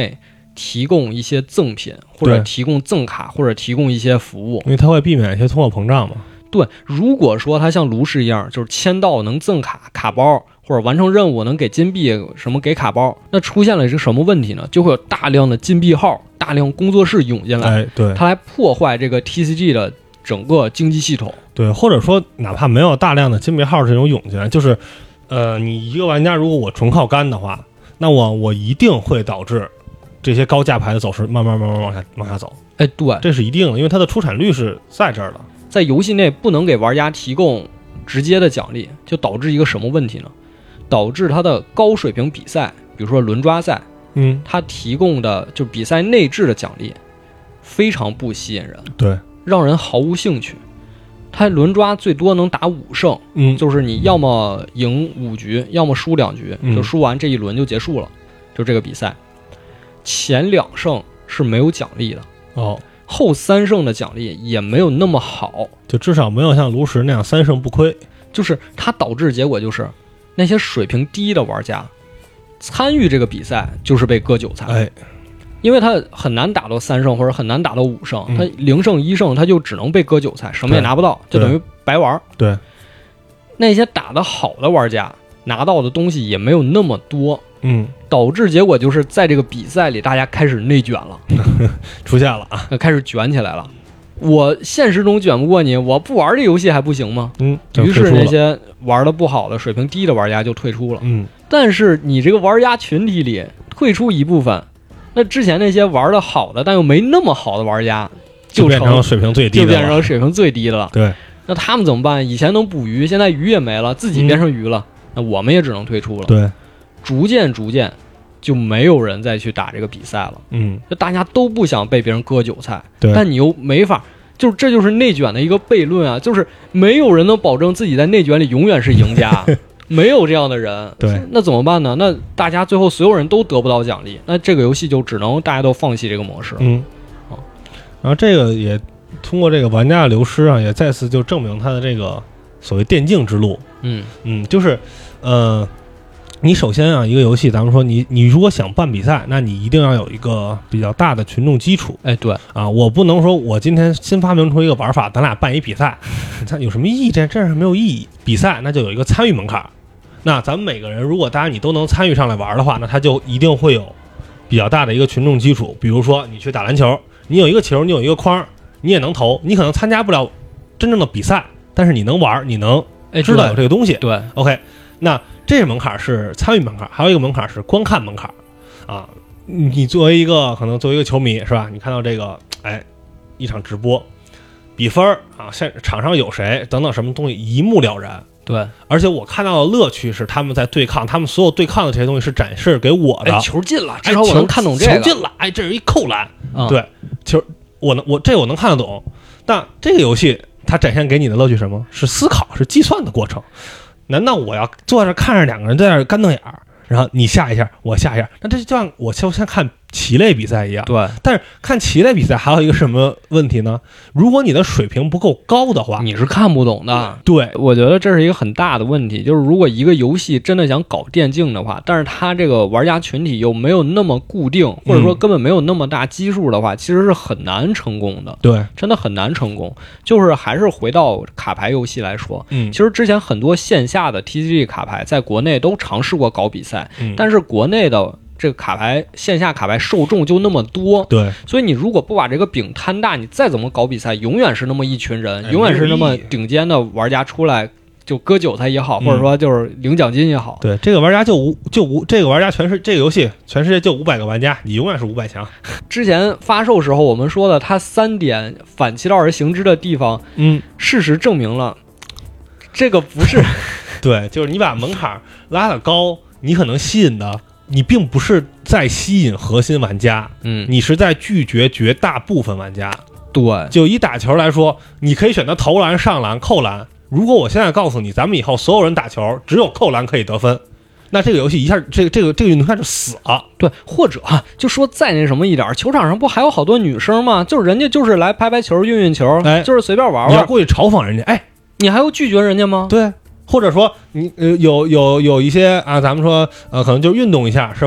提供一些赠品，或者提供赠卡，或者提供一些服务， 因为它会避免一些通货膨胀嘛。 对，如果说它像炉石一样，就是签到能赠卡包，或者完成任务能给金币，什么给卡包，那出现了一个什么问题呢？就会有大量的金币号、大量工作室涌进来， 对， 它来破坏这个 TCG 的整个经济系统。 对，或者说哪怕没有大量的金币号这种涌进来，就是你一个玩家如果我纯靠干的话，那我一定会导致这些高价牌的走势慢慢往下走。 对， 这是一定的，因为它的出产率是在这儿的。 在游戏内不能给玩家提供直接的奖励，就导致一个什么问题呢？导致它的高水平比赛，比如说轮抓赛，它提供的就比赛内置的奖励非常不吸引人， 对， 让人毫无兴趣。它轮抓最多能打5胜，就是你要么赢5局，要么输2局，就输完这一轮就结束了，就这个比赛。前2胜是没有奖励的后3胜的奖励也没有那么好， 就至少没有像炉石那样3胜不亏。 就是它导致结果就是那些水平低的玩家参与这个比赛就是被割韭菜，因为他很难打到3胜或者很难打到5胜，他0胜1胜他就只能被割韭菜，什么也拿不到，就等于白玩。 对， 那些打得好的玩家拿到的东西也没有那么多，导致结果就是在这个比赛里大家开始内卷了出现了啊， 开始卷起来了。我现实中卷不过你，我不玩这游戏还不行吗？于是那些玩的不好的水平低的玩家就退出了。但是你这个玩家群体里退出一部分，那之前那些玩的好的但又没那么好的玩家就变成水平最低的了， 就变成水平最低的了。 对， 那他们怎么办？以前能捕鱼，现在鱼也没了，自己变成鱼了，那我们也只能退出了。 对， 逐渐就没有人再去打这个比赛了。就大家都不想被别人割韭菜，但你又没法，这就是内卷的一个悖论啊！就是没有人能保证自己在内卷里永远是赢家，没有这样的人。 对， 那怎么办呢？那大家最后所有人都得不到奖励，那这个游戏就只能大家都放弃这个模式。 然后这个也通过这个玩家的流失啊，也再次就证明它的这个所谓电竞之路。就是你首先啊，一个游戏，咱们说你如果想办比赛，那你一定要有一个比较大的群众基础。 对啊，我不能说我今天新发明出一个玩法，咱俩办一比赛，你看有什么意义？这是没有意义。比赛那就有一个参与门槛，那咱们每个人如果大家你都能参与上来玩的话，那他就一定会有比较大的一个群众基础。比如说你去打篮球，你有一个球，你有一个框，你也能投，你可能参加不了真正的比赛，但是你能玩，你能知道有这个东西。 对 ，OK， 那这个门槛是参与门槛，还有一个门槛是观看门槛啊。你作为一个球迷是吧？你看到这个一场直播比分啊，场上有谁等等什么东西一目了然。 对， 而且我看到的乐趣是他们在对抗，他们所有对抗的这些东西是展示给我的。 球进了，至少我能看懂这个。 球进了，这是一扣篮。对，球我能看得懂。但这个游戏它展现给你的乐趣是什么？是思考，是计算的过程。难道我要坐在这看着两个人在那干瞪眼儿，然后你下一下我下一下？那这就像我就像看棋类比赛一样。 对， 但是看棋类比赛还有一个什么问题呢？如果你的水平不够高的话， 你是看不懂的。 对， 我觉得这是一个很大的问题，就是如果一个游戏真的想搞电竞的话，但是它这个玩家群体又没有那么固定，或者说根本没有那么大基数的话，其实是很难成功的。 对， 真的很难成功。就是还是回到卡牌游戏来说，其实之前很多线下的 TCG 卡牌在国内都尝试过搞比赛，但是国内的这个卡牌线下卡牌受众就那么多， 对， 所以你如果不把这个饼摊大，你再怎么搞比赛，永远是那么一群人，永远是那么顶尖的玩家出来就割韭菜也好，或者说就是领奖金也好。 对，这个玩家这个玩家这个游戏全世界就500个玩家，你永远是500强。 之前发售时候我们说的，它3点反其道而行之的地方，事实证明了这个不是。 对，就是你把门槛拉得高，你可能吸引的。你并不是在吸引核心玩家，你是在拒绝绝大部分玩家。 对， 就以打球来说，你可以选择投篮、上篮、扣篮。如果我现在告诉你，咱们以后所有人打球只有扣篮可以得分，那这个游戏一下这个运动看就死了。 对，或者就说再那什么一点，球场上不还有好多女生吗？就是人家就是来拍拍球、运球，就是随便玩玩。 你要过去嘲讽人家， 你还要拒绝人家吗？ 对。或者说你有一些啊，咱们说可能就运动一下是吧？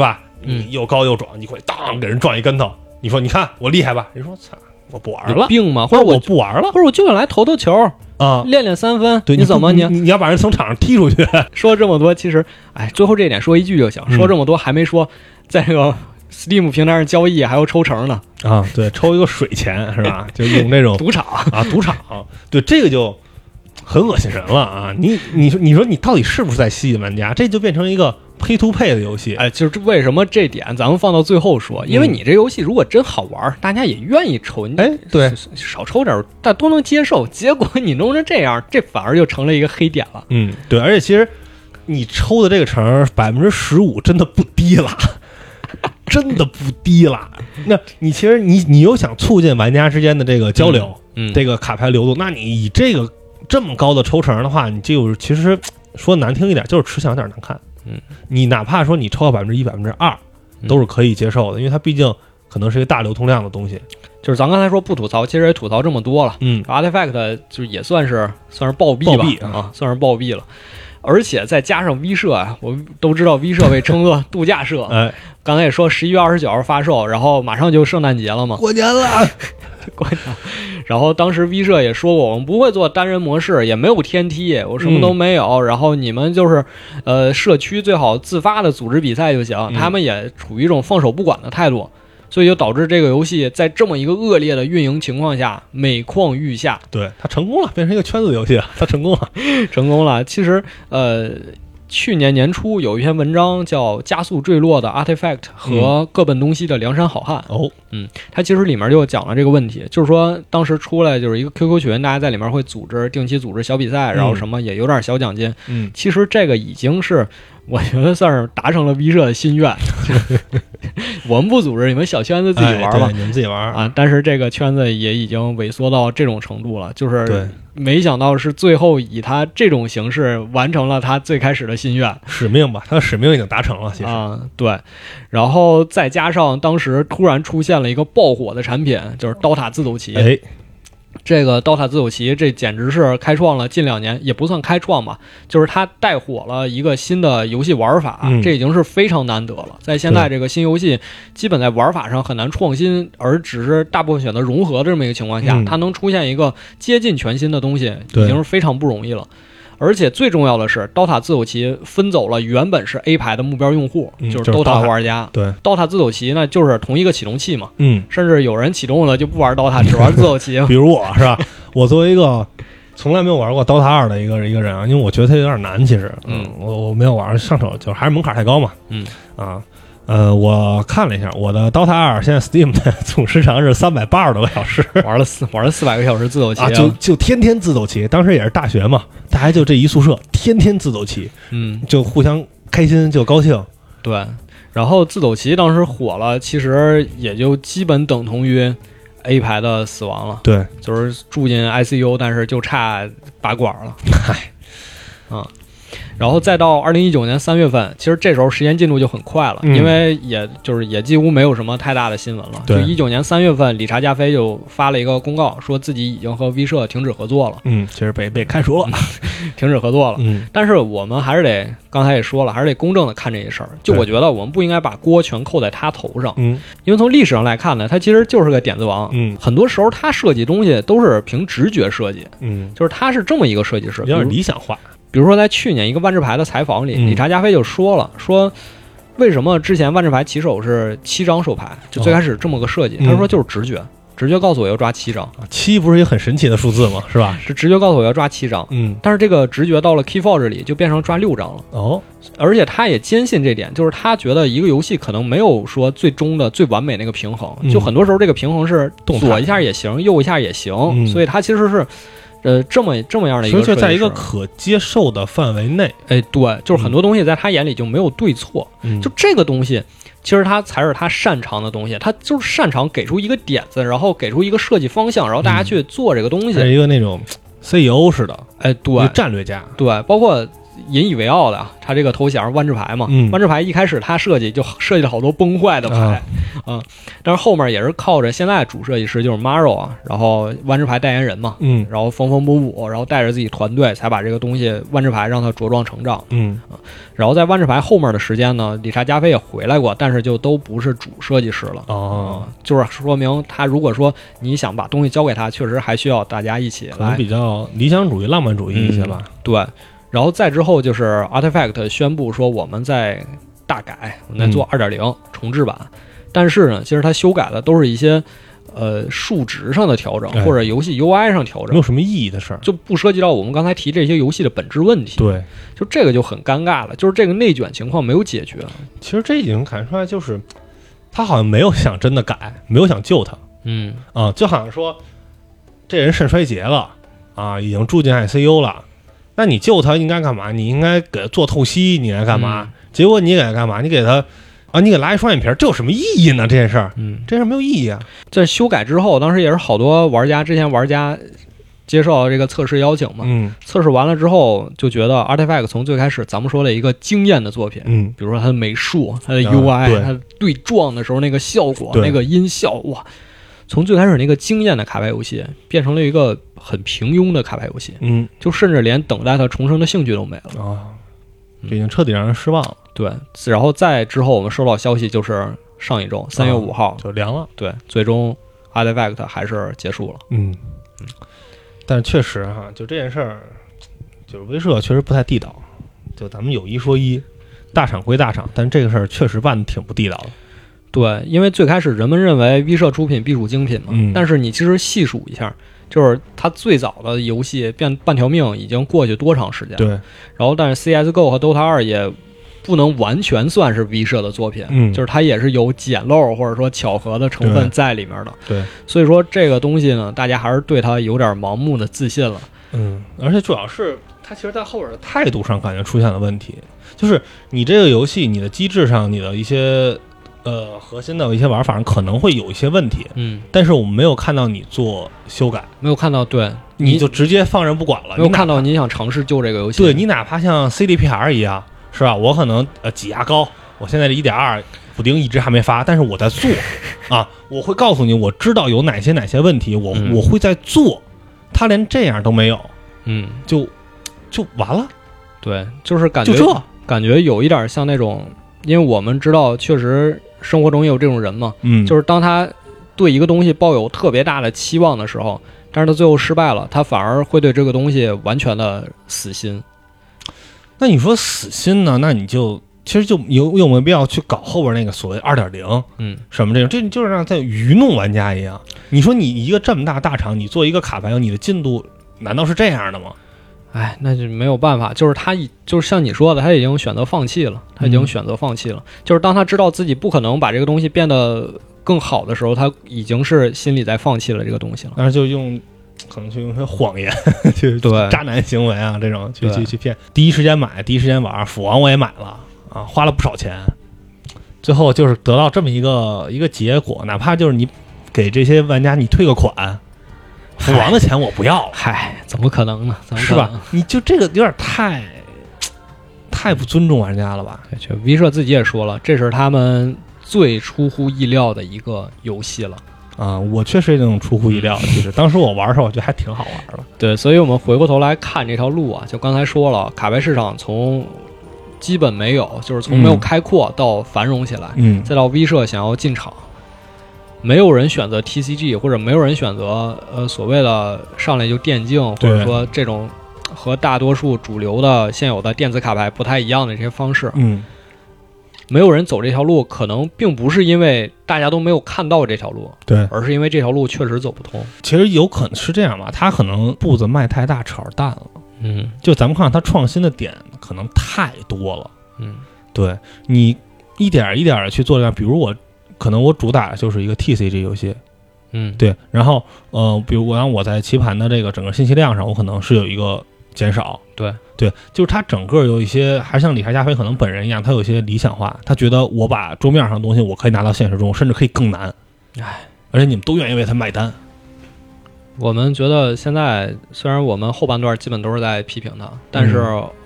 你又高又壮，你会当给人撞一跟头，你说你看我厉害吧？人说操，我不玩了， 有病吗？或者我不玩了， 或者我就想来投球啊，练练三分。 对， 你怎么你要把人从场上踢出去？ 说这么多，其实最后这一点说一句就行。说这么多还没说，在这个 Steam 平台上交易还要抽成呢。 啊，对，抽一个水钱是吧？就用这种赌场啊，赌场，对，这个就很恶心人了啊！你说你到底是不是在吸引玩家？这就变成一个Pay to Pay 的游戏。 就是为什么这点咱们放到最后说？因为你这游戏如果真好玩，大家也愿意抽。 对， 少抽点，大家都能接受。结果你弄成这样，这反而就成了一个黑点了。 对，而且其实你抽的这个成15%真的不低了。真的不低了。那你其实你又想促进玩家之间的这个交流，这个卡牌流动，那你以这个这么高的抽成的话，你就其实说难听一点，就是吃相有点难看。你哪怕说你抽到1%、2%，都是可以接受的，因为它毕竟可能是一个大流通量的东西。 就是咱刚才说不吐槽，其实也吐槽这么多了。Artifact 就也算是暴毙吧，算是暴毙了。而且再加上 V 社啊，我们都知道 V 社被称作度假社。刚才也说11月29号发售，然后马上就圣诞节了嘛， 过年了， 过年。然后当时 V 社也说过，我们不会做单人模式，也没有天梯，我什么都没有。然后你们就是社区最好自发的组织比赛就行。他们也处于一种放手不管的态度。所以就导致这个游戏在这么一个恶劣的运营情况下每况愈下。 对，它成功了，变成一个圈子游戏，它成功了， 成功了。其实去年年初有一篇文章叫《加速坠落的 Artifact 和各奔东西的梁山好汉》。它其实里面就讲了这个问题，就是说当时出来就是一个 QQ 群，大家在里面会定期组织小比赛，然后什么也有点小奖金。其实这个已经是我觉得算是达成了 V 社的心愿。我们不组织，你们小圈子自己玩吧， 你们自己玩啊！但是这个圈子也已经萎缩到这种程度了，就是没想到是最后以他这种形式完成了他最开始的心愿， 使命吧，他的使命已经达成了。其实对，然后再加上当时突然出现了一个爆火的产品，就是刀塔自走棋。这个刀塔自走棋，这简直是开创了近2年，也不算开创吧，就是它带火了一个新的游戏玩法，这已经是非常难得了。在现在这个新游戏基本在玩法上很难创新，而只是大部分选择融合的这么一个情况下，它能出现一个接近全新的东西，已经是非常不容易了。而且最重要的是，刀塔自走棋分走了原本是 A 牌的目标用户，就是刀塔玩家。 对， 刀塔自走棋呢，就是同一个启动器嘛。甚至有人启动了就不玩刀塔，只玩自走棋。 比如我是吧？我作为一个从来没有玩过刀塔2的一个人啊，因为我觉得它有点难，其实，我没有玩上手，就是还是门槛太高嘛。我看了一下，我的刀塔2现在 Steam 的总时长是380多个小时， 玩了400个小时自走棋啊，就天天自走棋。当时也是大学嘛，大家就这一宿舍天天自走棋，就互相开心就高兴。对， 然后自走棋当时火了，其实也就基本等同于 A 牌的死亡了。 对， 就是住进 ICU， 但是就差拔管了。然后再到2019年3月份，其实这时候时间进度就很快了，因为也几乎没有什么太大的新闻了。就19年3月份，理查加菲就发了一个公告，说自己已经和 V 社停止合作了。 其实被开除了， 停止合作了。但是我们还是得，刚才也说了，还是得公正的看这些事儿。就我觉得我们不应该把锅全扣在他头上。因为从历史上来看呢，他其实就是个点子王。很多时候他设计东西都是凭直觉设计。就是他是这么一个设计师， 有点理想化。 比如说在去年一个万智牌的采访里，理查加菲就说了，说为什么之前万智牌起手是7张手牌，就最开始这么个设计。他说就是直觉告诉我要抓7张。 7不是一个很神奇的数字吗？是吧？ 是直觉告诉我要抓7张。但是这个直觉到了 Keyforge 里就变成抓6张了。而且他也坚信这点，就是他觉得一个游戏可能没有说最终的最完美那个平衡，就很多时候这个平衡是左一下也行，右一下也行。所以他其实是这么样的一个， 就在一个可接受的范围内。 对，就是很多东西在他眼里就没有对错。就这个东西，其实他才是他擅长的东西。他就是擅长给出一个点子，然后给出一个设计方向，然后大家去做这个东西。 是一个那种 CEO 似的， 对， 战略家。 对，包括引以为傲的，他这个头衔万智牌嘛。万智牌一开始他设计了好多崩坏的牌， 但是后面也是靠着现在主设计师就是 Maro 啊，然后万智牌代言人嘛，然后缝缝补补，然后带着自己团队才把这个东西万智牌让它茁壮成长。然后在万智牌后面的时间呢，理查加菲也回来过，但是就都不是主设计师了。就是说明他如果说你想把东西交给他，确实还需要大家一起来， 可能比较理想主义、浪漫主义一些吧。 对。然后再之后就是 Artifact 宣布说我们在大改，我们在做 2.0 重制版，但是呢，其实它修改的都是一些数值上的调整，或者游戏 UI 上调整， 没有什么意义的事儿， 就不涉及到我们刚才提这些游戏的本质问题。 对， 就这个就很尴尬了，就是这个内卷情况没有解决。 其实这已经看出来，就是他好像没有想真的改，没有想救他。就好像说这人肾衰竭了啊，已经住进 ICU 了。那你救他应该干嘛？你应该给他做透析，你该干嘛？结果你给他干嘛？你给他你给拉一双眼皮，这有什么意义呢？这件事儿，这事儿没有意义啊。 在修改之后，当时也是好多之前玩家接受到这个测试邀请嘛，测试完了之后就觉得 Artifact 从最开始咱们说的一个惊艳的作品，比如说它的美术、它的 UI、它对撞的时候那个效果、那个音效，哇！从最开始那个惊艳的卡牌游戏，变成了一个很平庸的卡牌游戏，就甚至连等待它重生的兴趣都没了啊，这已经彻底让人失望了。 对，然后再之后我们收到消息，就是上一周3月5号就凉了。 对，最终 Artifact 还是结束了。 但是确实哈，就这件事儿，就是威社确实不太地道。就咱们有一说一，大厂归大厂，但这个事儿确实办的挺不地道的。 对，因为最开始人们认为 V 社出品必属精品嘛，但是你其实细数一下，就是它最早的游戏半条命已经过去多长时间？ 对。 然后，但是 CS:GO 和 Dota 2也不能完全算是 V 社的作品，就是它也是有捡漏或者说巧合的成分在里面的。 对。 所以说这个东西呢，大家还是对它有点盲目的自信了。 而且主要是它其实在后边的态度上感觉出现了问题，就是你这个游戏你的机制上你的一些核心的一些玩法上可能会有一些问题，但是我们没有看到你做修改， 没有看到，对， 你就直接放任不管了， 没有看到你想尝试救这个游戏， 对，你哪怕像 CDPR 一样，是吧？我可能挤压高，我现在这 1.2 补丁一直还没发，但是我在做啊，我会告诉你，我知道有哪些问题，我会在做，他连这样都没有，就完了，对， 就是感觉有一点像那种，因为我们知道确实。生活中也有这种人嘛，就是当他对一个东西抱有特别大的期望的时候，但是他最后失败了，他反而会对这个东西完全的死心。 那你说死心呢？那你就其实就有没有必要去搞后边那个所谓 2.0，什么这种，这就是让在愚弄玩家一样。你说你一个这么大厂，你做一个卡牌，你的进度难道是这样的吗？ 哎，那就没有办法，就是就是像你说的，他已经选择放弃了，就是当他知道自己不可能把这个东西变得更好的时候，他已经是心里在放弃了这个东西了。 但是就可能就用些谎言，去对渣男行为啊，这种去骗。第一时间买，第一时间玩，斧王我也买了啊，花了不少钱，最后就是得到这么一个结果，哪怕就是你给这些玩家你退个款。斧王的钱我不要了， 嗨，怎么可能呢？ 是吧？你就这个有点太不尊重玩家了吧？ 对，V 社自己也说了，这是他们最出乎意料的一个游戏了啊！我确实也那种出乎意料的，其实当时我玩的时候，我觉得还挺好玩的。 对，所以我们回过头来看这条路啊，就刚才说了，卡牌市场从基本没有，就是从没有开阔到繁荣起来，再到 V 社想要进场。没有人选择 TCG， 或者没有人选择所谓的上来就电竞，或者说这种和大多数主流的现有的电子卡牌不太一样的这些方式。没有人走这条路，可能并不是因为大家都没有看到这条路， 对， 而是因为这条路确实走不通。 其实有可能是这样吧，他可能步子迈太大，扯着蛋了。就咱们看他创新的点可能太多了。对，你一点一点的去做这样，比如可能我主打的就是一个 TCG 游戏，对，然后比如我在棋盘的这个整个信息量上，我可能是有一个减少，对，就是它整个有一些，还像理查加菲可能本人一样，他有一些理想化，他觉得我把桌面上的东西我可以拿到现实中，甚至可以更难，而且你们都愿意为他买单。我们觉得现在虽然我们后半段基本都是在批评他，但是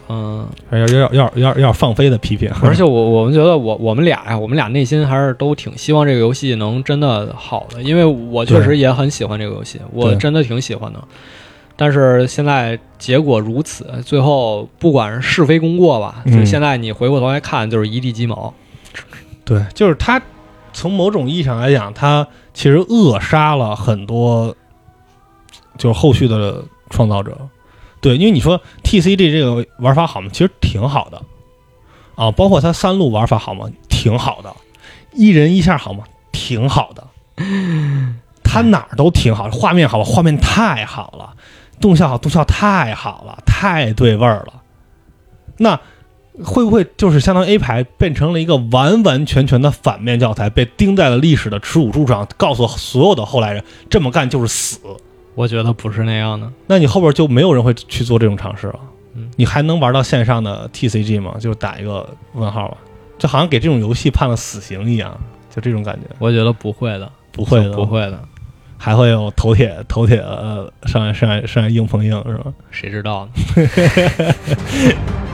要放飞的批评。 而且我们觉得我们俩内心还是都挺希望这个游戏能真的好的，因为我确实也很喜欢这个游戏，我真的挺喜欢的。但是现在结果如此，最后不管是非功过吧，就现在你回过头来看，就是一地鸡毛。 对，就是他从某种意义上来讲，他其实扼杀了很多就是后续的创造者。对，因为你说 TCG 这个玩法好吗？其实挺好的啊，包括它3路玩法好吗？挺好的。一人一下好吗？挺好的。它哪儿都挺好，画面好吧？画面太好了，动效好，动效太好了，太对味儿了。那会不会就是相当于 A 牌变成了一个完完全全的反面教材，被钉在了历史的耻辱柱上，告诉所有的后来人这么干就是死？ 我觉得不是那样的。 那你后边就没有人会去做这种尝试了。你还能玩到线上的 TCG 吗？就打一个问号吧，就好像给这种游戏判了死刑一样，就这种感觉。 我觉得不会的， 不会的， 不会的， 还会有头铁上硬碰硬是吧？ 谁知道呢？